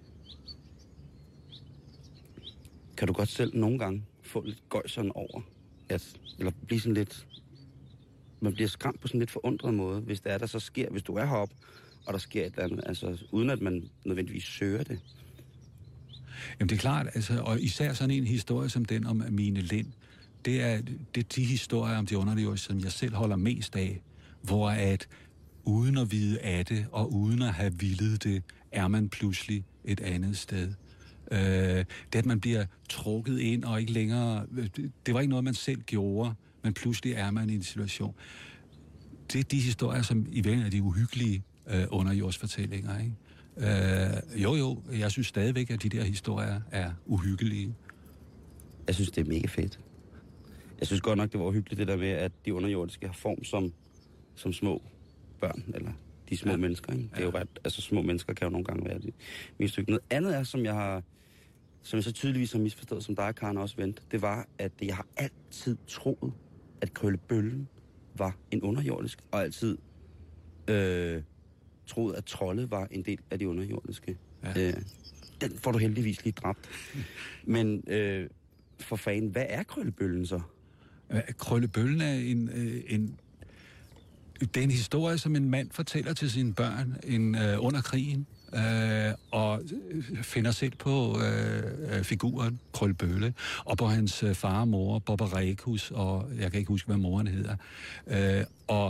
kan du godt selv nogle gange få lidt gøjseren over, at, eller blive sådan lidt... Man bliver skræmt på sådan en lidt forundret måde, hvis det er, der så sker, hvis du er heroppe, og der sker et eller andet, altså uden at man nødvendigvis søger det. Jamen det er klart, altså, og især sådan en historie som den om Mine Lind, det er, det er de historier om de underjordiske, som jeg selv holder mest af, hvor at uden at vide af det, og uden at have villet det, er man pludselig et andet sted. Øh, det at man bliver trukket ind og ikke længere, det var ikke noget, man selv gjorde, men pludselig er man i en situation. Det er de historier, som i virkeligheden er de uhyggelige øh, underjordsfortællinger, ikke? Øh, jo, jo, jeg synes stadigvæk, at de der historier er uhyggelige. Jeg synes, det er mega fedt. Jeg synes godt nok, det var uhyggeligt, det der med, at de underjordiske har form som, som små børn, eller de små ja. mennesker, ikke? Det er jo ret, altså små mennesker kan jo nogle gange være det mest hyggelige. Noget andet er, som jeg har, som jeg så tydeligvis har misforstået, som dig, Karen, også vendte, det var, at jeg har altid troet, at Krøllebøllen var en underjordisk, og altid øh, troet, at trolde var en del af de underjordiske. Ja. Øh, den får du heldigvis lige dræbt. Men øh, for fanden, hvad er Krøllebøllen så? Krøllebøllen er en, en, det er en historie, som en mand fortæller til sine børn en, øh, under krigen, øh, og finder selv på øh, figuren Krøllebølle, og på hans øh, far og mor, Bobber Rekus, og jeg kan ikke huske, hvad moren hedder. Øh, og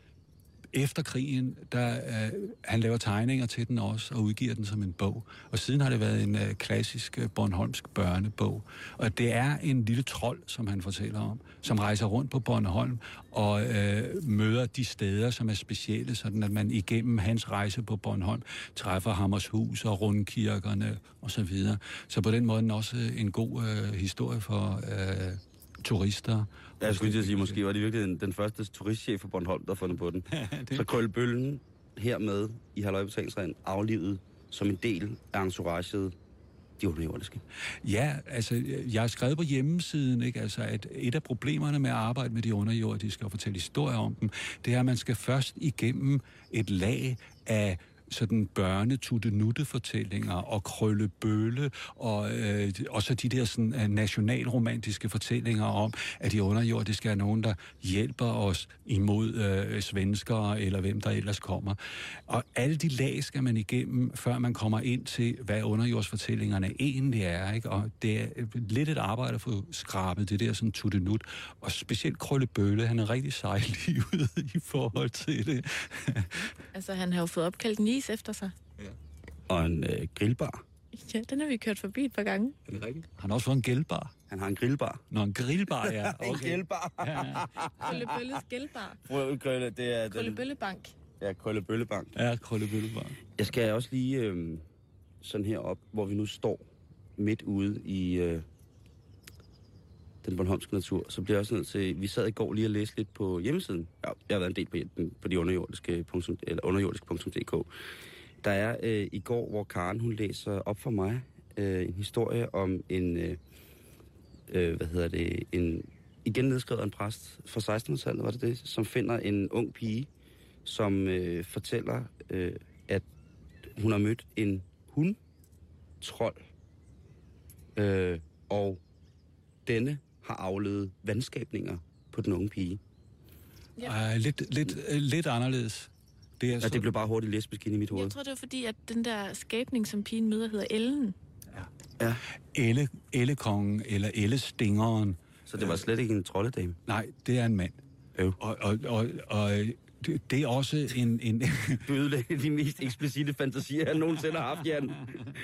efter krigen, der øh, han laver tegninger til den også, og udgiver den som en bog. Og siden har det været en øh, klassisk øh, bornholmsk børnebog. Og det er en lille trold, som han fortæller om, som rejser rundt på Bornholm og øh, møder de steder, som er specielle, sådan at man igennem hans rejse på Bornholm træffer Hammershus og rundkirkerne osv. Så, så på den måde også en god øh, historie for øh, turister. Jeg skulle lige sige, måske var det virkelig den, den første turistchef for Bornholm, der har fundet på den. det... Så Krøllebøllen hermed i Halløjbetalingsringen aflivet som en del af entouraget de underjordiske. Ja, altså, jeg har skrevet på hjemmesiden, ikke, altså, at et af problemerne med at arbejde med de underjordiske og fortælle historier om dem, det er, at man skal først igennem et lag af sådan børnetutte-nutte-fortællinger og Krøllebølle og, øh, og så de der sådan uh, nationalromantiske fortællinger om, at de underjordiske er nogen, der hjælper os imod øh, svenskere eller hvem der ellers kommer. Og alle de lag skal man igennem, før man kommer ind til, hvad underjordsfortællingerne egentlig er, ikke? Og det er lidt et arbejde at få skrabet det der sådan tutte-nut. Og specielt Krøllebølle, han er rigtig sejlivet i forhold til det. Altså, han har jo fået opkaldt en is efter sig. Ja. Og en øh, grillbar. Ja, den har vi kørt forbi et par gange. Er det rigtigt? Han har også fået en gælbar. Han har en grillbar. Nå, en grillbar, ja. Okay. En grillbar. Ja. Krøllebølles gælbar. Krølle, det er... Krøllebøllebank. Ja, Krøllebøllebank. Ja, Krøllebøllebank. Jeg skal også lige øh, sådan her op, hvor vi nu står midt ude i øh, den bornholmske natur. Så bliver jeg også nødt til... Vi sad i går lige og læste lidt på hjemmesiden. Ja, jeg har været en del på, på de underjordiske, eller underjordisk punktum d k. Der er øh, i går, hvor Karen hun læser op for mig øh, en historie om en, øh, øh, hvad hedder det, en igen nedskrevet en præst fra sekstenhundredetallet, var det det, som finder en ung pige, som øh, fortæller, øh, at hun har mødt en hundtrold, øh, og denne har afledet vandskabninger på den unge pige. Ja. Uh, lidt, lidt, uh, lidt anderledes. Det er ja, så... det blev bare hurtigt lesbisk ind i mit hoved. Jeg tror, det var fordi, at den der skabning, som pigen møder, hedder Ellen. Ja. Ja. Elle, ellekongen, eller ellestingeren. Så det var slet ikke en trolddame? Nej, det er en mand. Øh. Og, og, og, og det, det er også en... en du ødelægger de mest eksplicite fantasier, jeg nogensinde har haft, Jan.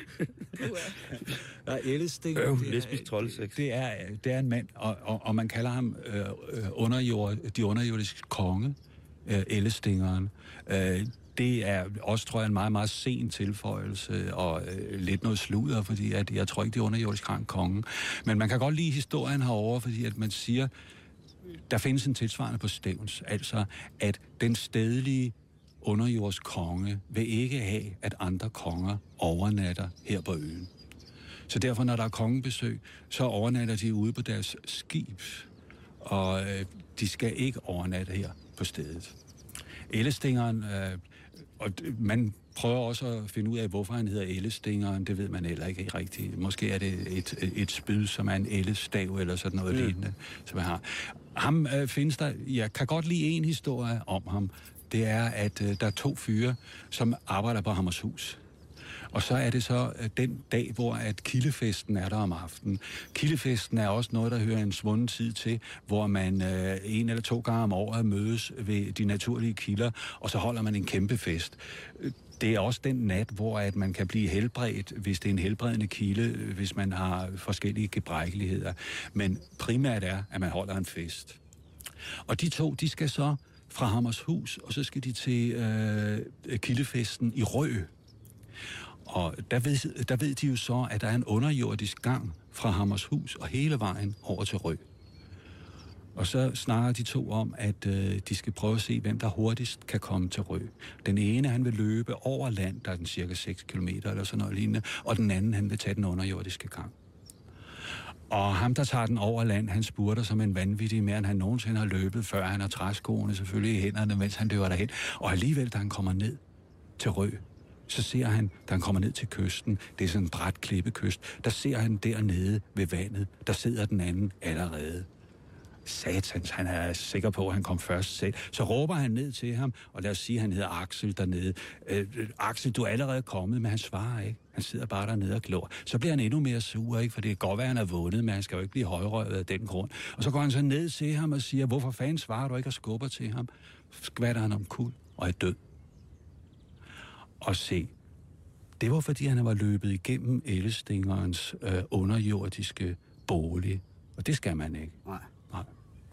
Ja, ellestinger... Øh, lesbisk troldsex. Det er, det er en mand, og, og, og man kalder ham øh, underjord, de underjordiske konge, øh, ellestingeren. Øh, det er også, tror jeg, en meget, meget sen tilføjelse, og øh, lidt noget sludder, fordi at, jeg tror ikke, det er underjordisk krank konge. Men man kan godt lide historien herovre, fordi at man siger, der findes en tilsvarende på Stevns, altså at den stedlige underjords konge vil ikke have, at andre konger overnatter her på øen. Så derfor, når der er kongebesøg, så overnatter de ude på deres skib, og øh, de skal ikke overnatte her på stedet. Ellestingeren, øh, og man prøver også at finde ud af, hvorfor han hedder ellestingeren, det ved man heller ikke rigtigt. Måske er det et, et spyd, som er en ellestav eller sådan noget mm. lignende, som jeg har. Ham øh, findes der, jeg kan godt lide en historie om ham. Det er, at øh, der er to fyre, som arbejder på Hammershus. Og så er det så øh, den dag, hvor at kildefesten er der om aftenen. Kildefesten er også noget, der hører en svunden tid til, hvor man øh, en eller to gange om året mødes ved de naturlige kilder, og så holder man en kæmpe fest. Det er også den nat, hvor at man kan blive helbredt, hvis det er en helbredende kilde, hvis man har forskellige gebrækkeligheder. Men primært er, at man holder en fest. Og de to, de skal så fra Hammershus, og så skal de til øh, kildefesten i Rø. Og der ved, der ved de jo så, at der er en underjordisk gang fra Hammershus og hele vejen over til Rø. Og så snakker de to om, at øh, de skal prøve at se, hvem der hurtigst kan komme til Rø. Den ene, han vil løbe over land, der er den cirka seks kilometer eller sådan noget lignende, og den anden, han vil tage den underjordiske gang. Og ham, der tager den over land, han spurter som en vanvittig mere, end han nogensinde har løbet, før han har træskoene selvfølgelig i hænderne, mens han løber derhen. Og alligevel, da han kommer ned til Rø, så ser han, da han kommer ned til kysten, det er sådan en brat klippekyst, der ser han dernede ved vandet, der sidder den anden allerede. Satans, han er sikker på, at han kom først selv. Så råber han ned til ham, og lad os sige, at han hedder Axel dernede. Øh, Axel, du er allerede kommet, men han svarer ikke. Han sidder bare dernede og glor. Så bliver han endnu mere sur, ikke? For det kan godt være, at han er vundet, men han skal jo ikke blive højrøvet af den grund. Og så går han så ned til ham og siger, hvorfor fanden svarer du ikke og skubber til ham? Skvatter han om kul og er død. Og se, det var fordi, han var løbet igennem Ellestingerens øh, underjordiske bolig. Og det skal man ikke. Nej. Nej.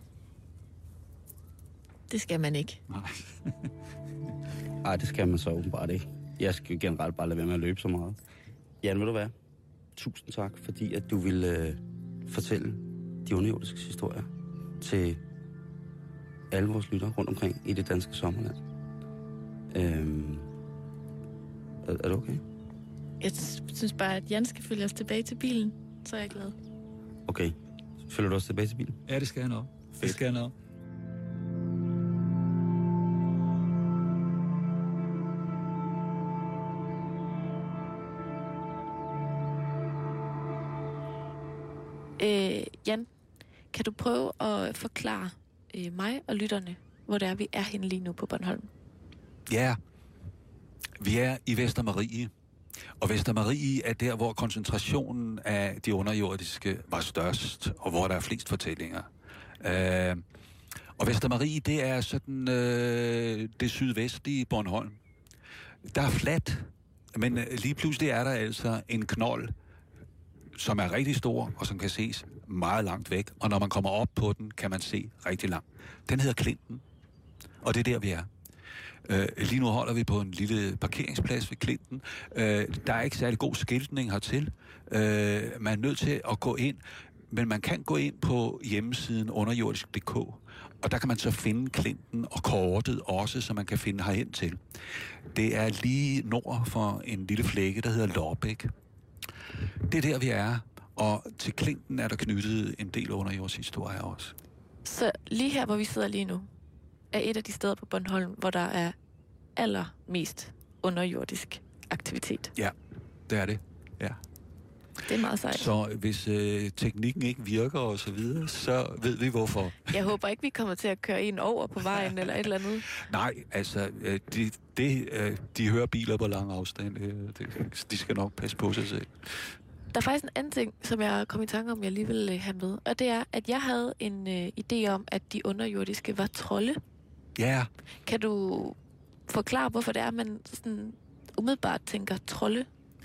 Det skal man ikke. Nej. Nej, det skal man så åbenbart ikke. Jeg skal generelt bare lade være med at løbe så meget. Jan, vil du være? Tusind tak, fordi at du ville øh, fortælle de underjordiske historier til alle vores lyttere rundt omkring i det danske sommerland. Øhm, er, er det okay? Jeg synes bare, at Jan skal følge os tilbage til bilen. Så er jeg glad. Okay. Følger du også tilbage til bilen? Ja, det skal jeg nok. Det skal jeg nok. Øh, Jan, kan du prøve at forklare øh, mig og lytterne, hvor det er, vi er henne lige nu på Bornholm? Ja, vi er i Vestermarie. Og Vestermarie er der, hvor koncentrationen af de underjordiske var størst, og hvor der er flest fortællinger. Øh, og Vestermarie, det er sådan øh, det sydvestlige Bornholm. Der er fladt, men lige pludselig er der altså en knold, som er rigtig stor, og som kan ses meget langt væk. Og når man kommer op på den, kan man se rigtig langt. Den hedder Klinten, og det er der, vi er. Øh, lige nu holder vi på en lille parkeringsplads ved Klinten. Øh, der er ikke særlig god skiltning hertil. Øh, man er nødt til at gå ind, men man kan gå ind på hjemmesiden underjordisk punktum d k, og der kan man så finde Klinten og kortet også, så man kan finde herhen til. Det er lige nord for en lille flække, der hedder Lorbæk. Det er der, vi er, og til Klinten er der knyttet en del underjordshistorier også. Så lige her, hvor vi sidder lige nu, er et af de steder på Bornholm, hvor der er allermest underjordisk aktivitet. Ja, det er det. Ja. Det er meget sejt. Så hvis øh, teknikken ikke virker og så videre, så ved vi hvorfor. Jeg håber ikke, vi kommer til at køre en over på vejen eller et eller andet. Nej, altså, øh, de, de, øh, de hører biler på lang afstand. Øh, de, de skal nok passe på sig selv. Der er faktisk en anden ting, som jeg kom i tanke om, jeg lige vil øh, have med. Og det er, at jeg havde en øh, idé om, at de underjordiske var trolde. Ja. Kan du forklare, hvorfor det er, at man sådan umiddelbart tænker trolde?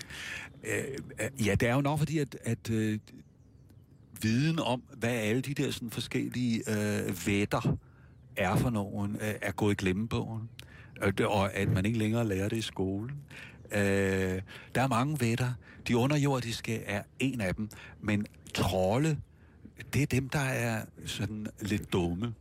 Øh, ja, det er jo nok fordi, at, at øh, viden om, hvad alle de der sådan forskellige øh, vætter er for nogen, øh, er gået i glemmebogen. Øh, og at man ikke længere lærer det i skolen. Øh, der er mange vætter. De underjordiske er en af dem. Men trolde, det er dem, der er sådan lidt dumme.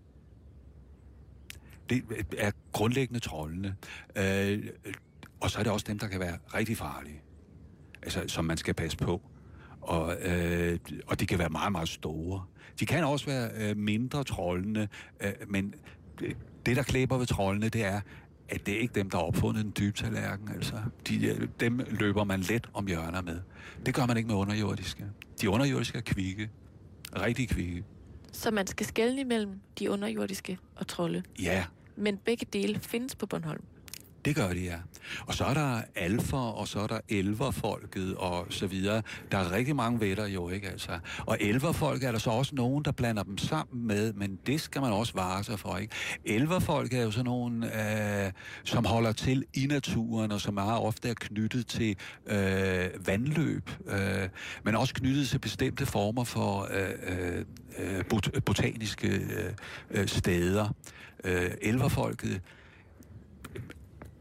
Det er grundlæggende troldene. Øh, og så er det også dem, der kan være rigtig farlige. Altså, som man skal passe på. Og, øh, og de kan være meget, meget store. De kan også være øh, mindre troldende, øh, men det, der klæber ved troldene, det er, at det er ikke dem, der har opfundet den dybe tallerken. Altså. De, dem løber man let om hjørner med. Det gør man ikke med underjordiske. De underjordiske er kvikke. Rigtig kvikke. Så man skal skelne imellem de underjordiske og trolde? Ja. Men begge dele findes på Bornholm? Det gør de, ja. Og så er der alfer, og så er der elverfolket, og så videre. Der er rigtig mange vætter jo, ikke altså. Og elverfolket er der så også nogen, der blander dem sammen med, men det skal man også vare sig for, ikke? Elverfolket er jo sådan nogen, øh, som holder til i naturen, og som meget ofte er knyttet til øh, vandløb, øh, men også knyttet til bestemte former for øh, øh, bot- botaniske øh, steder. Øh, elverfolket.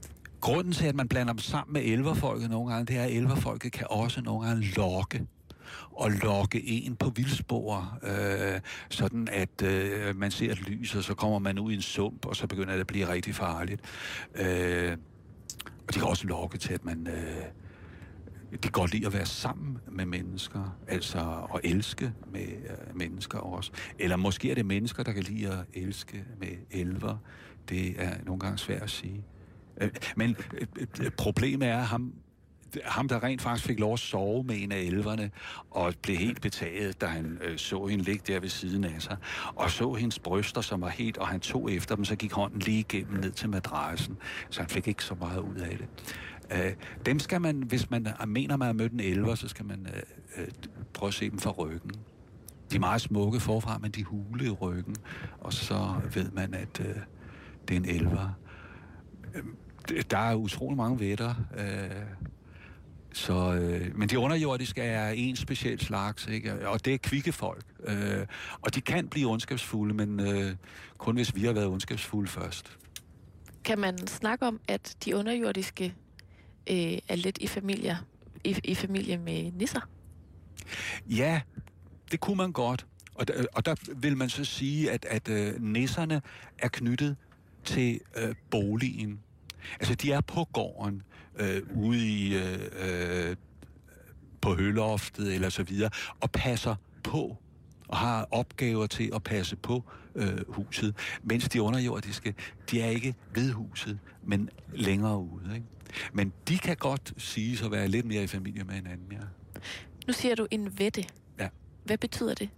Grunden til, at man blander dem sammen med elverfolket nogle gange, det er, at elverfolket kan også nogle gange lokke. at lokke en på vildspor, øh, sådan at øh, man ser et lys, og så kommer man ud i en sump, og så begynder det at blive rigtig farligt. Øh, og de kan også lokke til, at man... Øh, de kan godt lide at være sammen med mennesker, altså at elske med øh, mennesker også. Eller måske er det mennesker, der kan lide at elske med elver. Det er nogle gange svært at sige. Øh, men øh, problemet er, at ham, ham, der rent faktisk fik lov at sove med en af elverne, og blev helt betaget, da han øh, så hende ligge der ved siden af sig, og så hendes bryster, som var helt, og han tog efter dem, så gik hånden lige igennem ned til madrassen, så han fik ikke så meget ud af det. Øh, dem skal man, hvis man mener, man har mødt en elver, så skal man øh, øh, prøve at se dem fra ryggen. De er meget smukke forfra, men de hule i ryggen, og så ved man, at øh, det er en elver. Øh, der er utrolig mange vætter, øh, så, øh, men de underjordiske er en speciel slags, ikke? Og det er kvikke folk. Øh, og de kan blive ondskabsfulde, men øh, kun hvis vi har været ondskabsfulde først. Kan man snakke om, at de underjordiske øh, er lidt i familie, i, i familie med nisser? Ja, det kunne man godt. Og der, og der vil man så sige, at, at øh, nisserne er knyttet til øh, boligen. Altså, de er på gården, øh, ude i, øh, øh, på høloftet eller så videre, og passer på, og har opgaver til at passe på øh, huset, mens de underjordiske, de er ikke ved huset, men længere ude, ikke? Men de kan godt siges at være lidt mere i familie med hinanden, ja. Nu siger du en vætte. Ja. Hvad betyder det?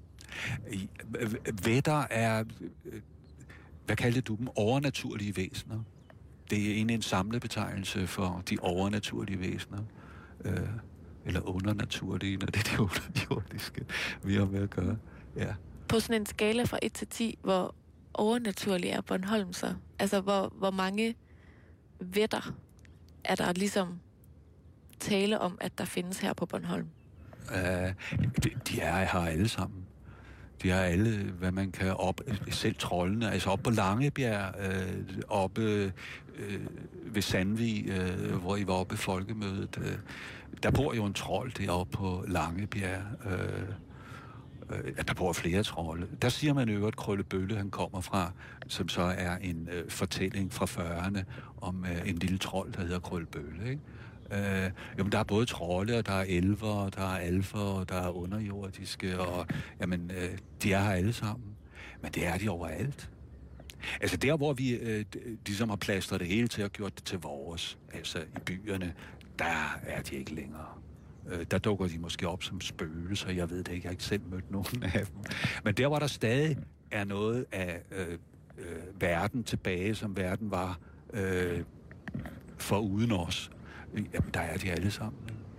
Vætter er, hvad kaldte du dem, overnaturlige væsener. Det er egentlig en samlebetegnelse for de overnaturlige væsener. Øh, eller undernaturlige, når det er de underjordiske, vi har med at gøre. Ja. På sådan en skala fra et til ti, hvor overnaturlig er Bornholm så? Altså, hvor, hvor mange vætter er der ligesom tale om, at der findes her på Bornholm? Uh, de, de er her alle sammen. De har alle, hvad man kan op, selv troldene, altså op på Langebjerg, øh, oppe øh, ved Sandvig, øh, hvor I var oppe i folkemødet. Øh, der bor jo en trold deroppe på Langebjerg. Øh, øh, der bor flere trolde. Der siger man øvrigt Krøllebølle, han kommer fra, som så er en øh, fortælling fra fyrrerne om øh, en lille trold, der hedder Krøllebølle, ikke? Øh, jamen, der er både trolde, og der er elver, og der er alfer, og der er underjordiske, og jamen, øh, de er her alle sammen. Men det er de overalt. Altså der, hvor vi øh, ligesom har plastret det hele til og gjort det til vores, altså i byerne, der er de ikke længere. Øh, der dukker de måske op som spøgelser, jeg ved det ikke, jeg har ikke selv mødt nogen af dem. Men der, hvor der stadig er noget af øh, øh, verden tilbage, som verden var øh, for uden os, jamen, der er de alle sammen.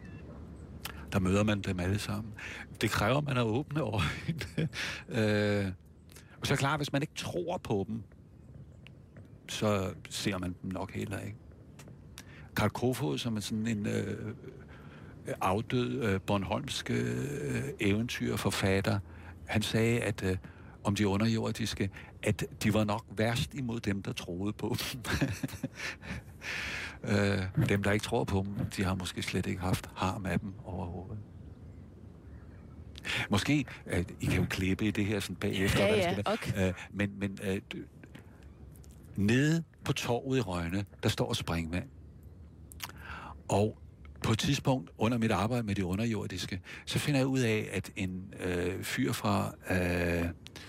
Der møder man dem alle sammen. Det kræver, man at åbne øjnene. øh, og så er klart, hvis man ikke tror på dem, så ser man dem nok heller ikke. Karl Kofod, som er sådan en øh, afdød øh, bornholmsk øh, eventyrforfatter, han sagde, at øh, om de underjordiske, at de var nok værst imod dem, der troede på dem. øh, dem, der ikke tror på dem, de har måske slet ikke haft harm af dem overhovedet. Måske, øh, I kan jo klippe i det her sådan bagefter. Ja, ja, okay. øh, men men øh, nede på torvet i Rønne, der står springvand. Og på et tidspunkt under mit arbejde med de underjordiske, så finder jeg ud af, at en øh, fyr fra øh,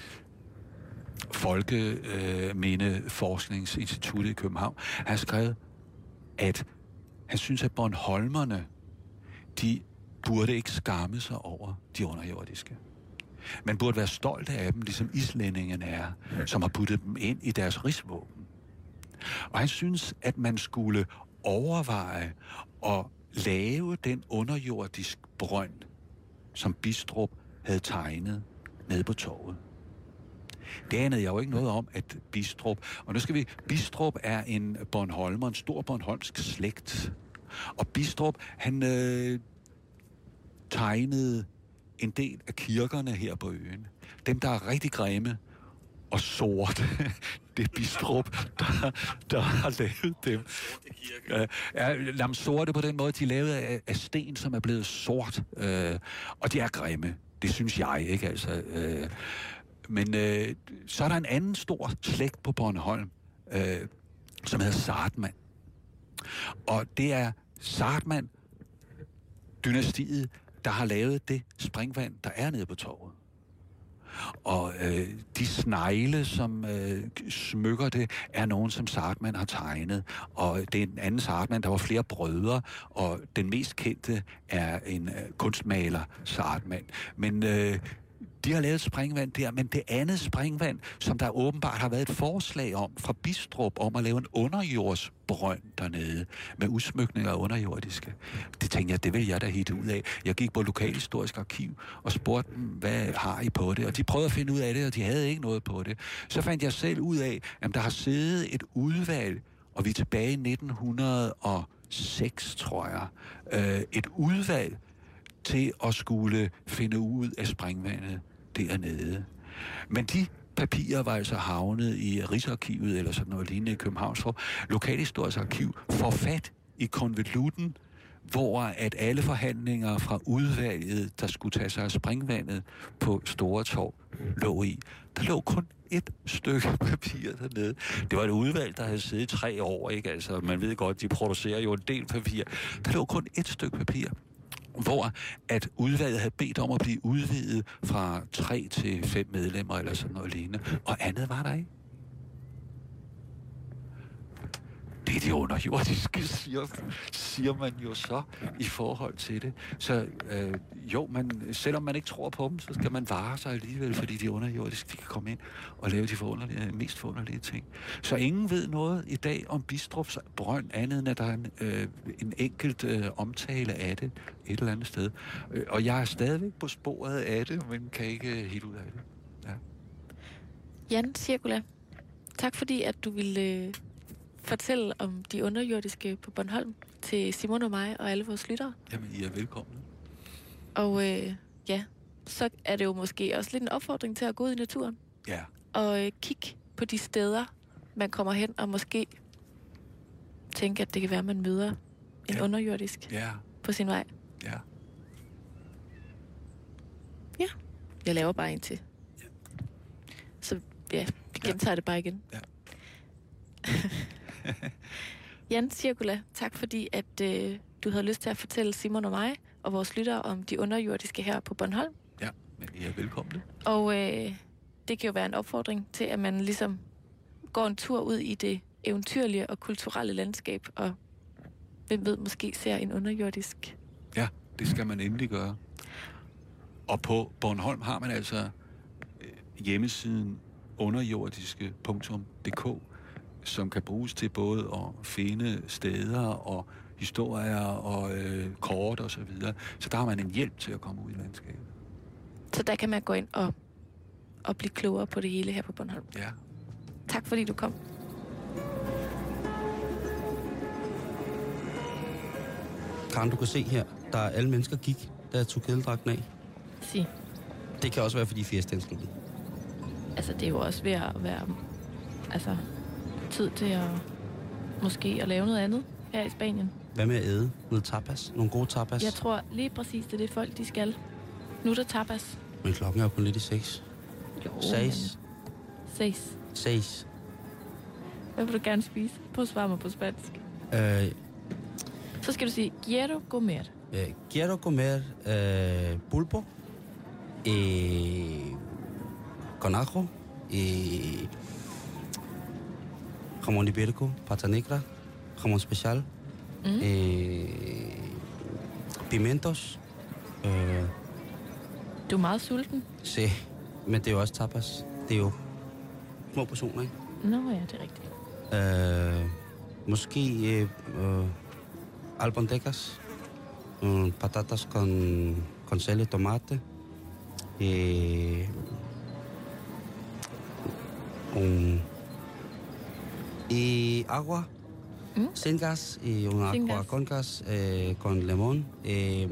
Folkemindeforskningsinstituttet i København har skrevet, at han synes, at bornholmerne, de burde ikke skamme sig over de underjordiske. Man burde være stolte af dem, ligesom islændingene er, som har puttet dem ind i deres rigsvåben. Og han synes, at man skulle overveje at lave den underjordisk brønd, som Bistrup havde tegnet nede på torvet. Det anede jeg jo ikke noget om, at Bistrup... Og nu skal vi... Bistrup er en bornholmer, en stor bornholmsk slægt. Og Bistrup, han øh, tegnede en del af kirkerne her på øen. Dem, der er rigtig grimme og sort. Det er Bistrup, der, der har lavet dem. Øh, er, sorte på den måde, de er lavet af, af sten, som er blevet sort. Øh, og de er grimme. Det synes jeg, ikke? Altså, øh, men øh, så er der en anden stor slægt på Bornholm, øh, som hedder Sartmann. Og det er Sartmann-dynastiet, der har lavet det springvand, der er nede på torvet. Og øh, de snegle, som øh, smykker det, er nogen, som Sartmann har tegnet. Og det er en anden Sartmann, der var flere brødre, og den mest kendte er en øh, kunstmaler, Sartmann. Men øh, de har lavet springvand der, men det andet springvand, som der åbenbart har været et forslag om fra Bistrup, om at lave en underjordsbrønd dernede, med udsmykninger af underjordiske. Det tænkte jeg, det vil jeg da hitte ud af. Jeg gik på Lokalhistorisk Arkiv og spurgte dem, hvad har I på det? Og de prøvede at finde ud af det, og de havde ikke noget på det. Så fandt jeg selv ud af, at der har siddet et udvalg, og vi er tilbage i nitten hundrede og seks, tror jeg, øh, et udvalg til at skulle finde ud af springvandet dernede. Men de papirer var altså havnet i Rigsarkivet eller sådan noget lignende i Københavns. Lokalhistorisk Arkiv får fat i konvolutten, hvor at alle forhandlinger fra udvalget, der skulle tage sig af springvandet på Store Torv, lå i. Der lå kun et stykke papir dernede. Det var et udvalg, der havde siddet tre år, ikke? Altså, man ved godt, de producerer jo en del papir. Der lå kun et stykke papir, hvor at udvalget havde bedt om at blive udvidet fra tre til fem medlemmer eller sådan noget lignende, og andet var der ikke. Det er de underjordiske, siger, siger man jo så i forhold til det. Så øh, jo, man, selvom man ikke tror på dem, så skal man vare sig alligevel, fordi de underjordiske, de kan komme ind og lave de forunderlige, mest forunderlige ting. Så ingen ved noget i dag om Bistrups brønd, andet end at der er en, øh, en enkelt øh, omtale af det et eller andet sted. Og jeg er stadigvæk på sporet af det, men kan ikke helt ud af det. Ja. Jan Cirkula, tak fordi at du ville øh, fortælle om de underjordiske på Bornholm til Simon og mig og alle vores lyttere. Jamen, I er velkomne. Og øh, ja, så er det jo måske også lidt en opfordring til at gå ud i naturen. Ja. Og øh, kigge på de steder, man kommer hen, og måske tænke, at det kan være, at man møder en ja. underjordisk ja. på sin vej. Ja. Ja, jeg laver bare en til. Ja. Så ja, vi gentager ja. det bare igen. Ja. Jan Cirkula, tak fordi, at øh, du havde lyst til at fortælle Simon og mig og vores lyttere om de underjordiske her på Bornholm. Ja, men I er velkomne. Og øh, det kan jo være en opfordring til, at man ligesom går en tur ud i det eventyrlige og kulturelle landskab, og hvem ved, måske ser en underjordisk. Ja, det skal man endelig gøre. Og på Bornholm har man altså hjemmesiden underjordiske punktum d k, som kan bruges til både at finde steder og historier og øh, kort og så videre. Så der har man en hjælp til at komme ud i landskabet. Så der kan man gå ind og, og blive klogere på det hele her på Bornholm. Ja. Tak fordi du kom. Karen, du kan se her, der er alle mennesker gik, da jeg tog kædeldragten af. Sig. Det kan også være, fordi fiestaen sluttede. Altså, det er jo også ved at være altså, tid til at måske at lave noget andet her i Spanien. Hvad med at æde? Noget tapas? Nogle gode tapas? Jeg tror lige præcis, det er det folk, de skal. Nu er der tapas. Men klokken er jo kun lidt i seks. Jo, Seis. Seis. Seis. Hvad vil du gerne spise? Prøv at svare mig på spansk. Øh, Så skal du sige, quiero comer. eh, quiero comer eh, pulpo eh, con ajo eh, jamón ibérico, pata negra, jamón special, Mm. eh, pimientos. Eh, Du er meget sulten. se, men det er jo også tapas. Det er jo små portioner, ikke? Nå ja, det er rigtigt. Eh, måske eh, eh, albondecas, um, patatas con, con sal y tomate, eh, un, y agua, Mm. sin gas, y un Sin agua gas. con gas, eh, con limón, eh,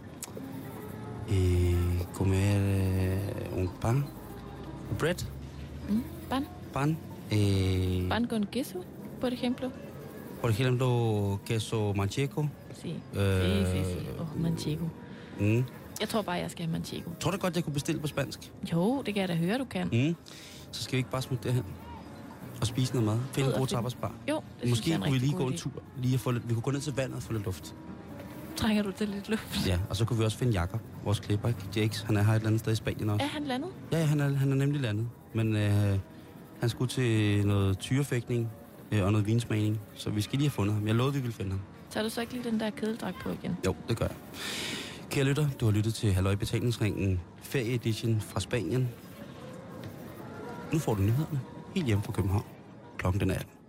y comer eh, un pan, bread, Mm. Ban. Pan. Eh, Pan con queso, por ejemplo. por ejemplo, queso manchego. Sí, Øh, sí, sí, sí. Oh, manchego. Mm. Jeg tror bare, jeg skal have manchego. Tror du godt, jeg kunne bestille på spansk? Jo, det kan jeg da høre, du kan. Mm. Så skal vi ikke bare smutte derhen og spise noget mad. Finde Ud en og god finde- tapasbar. Jo, det synes Måske jeg er en kunne vi rigtig lige gå god en idé. tur. Lige at få lidt, vi kunne gå ned til vandet og få lidt luft. Trænger du til lidt luft? Ja, og så kunne vi også finde Jakob, vores klipper, ikke? Jakes, han er her et eller andet sted i Spanien også. Er han landet? Ja, ja han, er, han er nemlig landet. Men øh, han skulle til noget tyrefægtning øh, og noget vinsmagning. Så vi skal lige have fundet ham. Jeg lovede, vi ville finde ham. Tager du så ikke lige den der kedeldragt på igen? Jo, det gør jeg. Kære lytter, du har lyttet til Halløj Betalingsringen Ferie Edition fra Spanien. Nu får du nyhederne helt hjemme fra København. Klokken den er atten.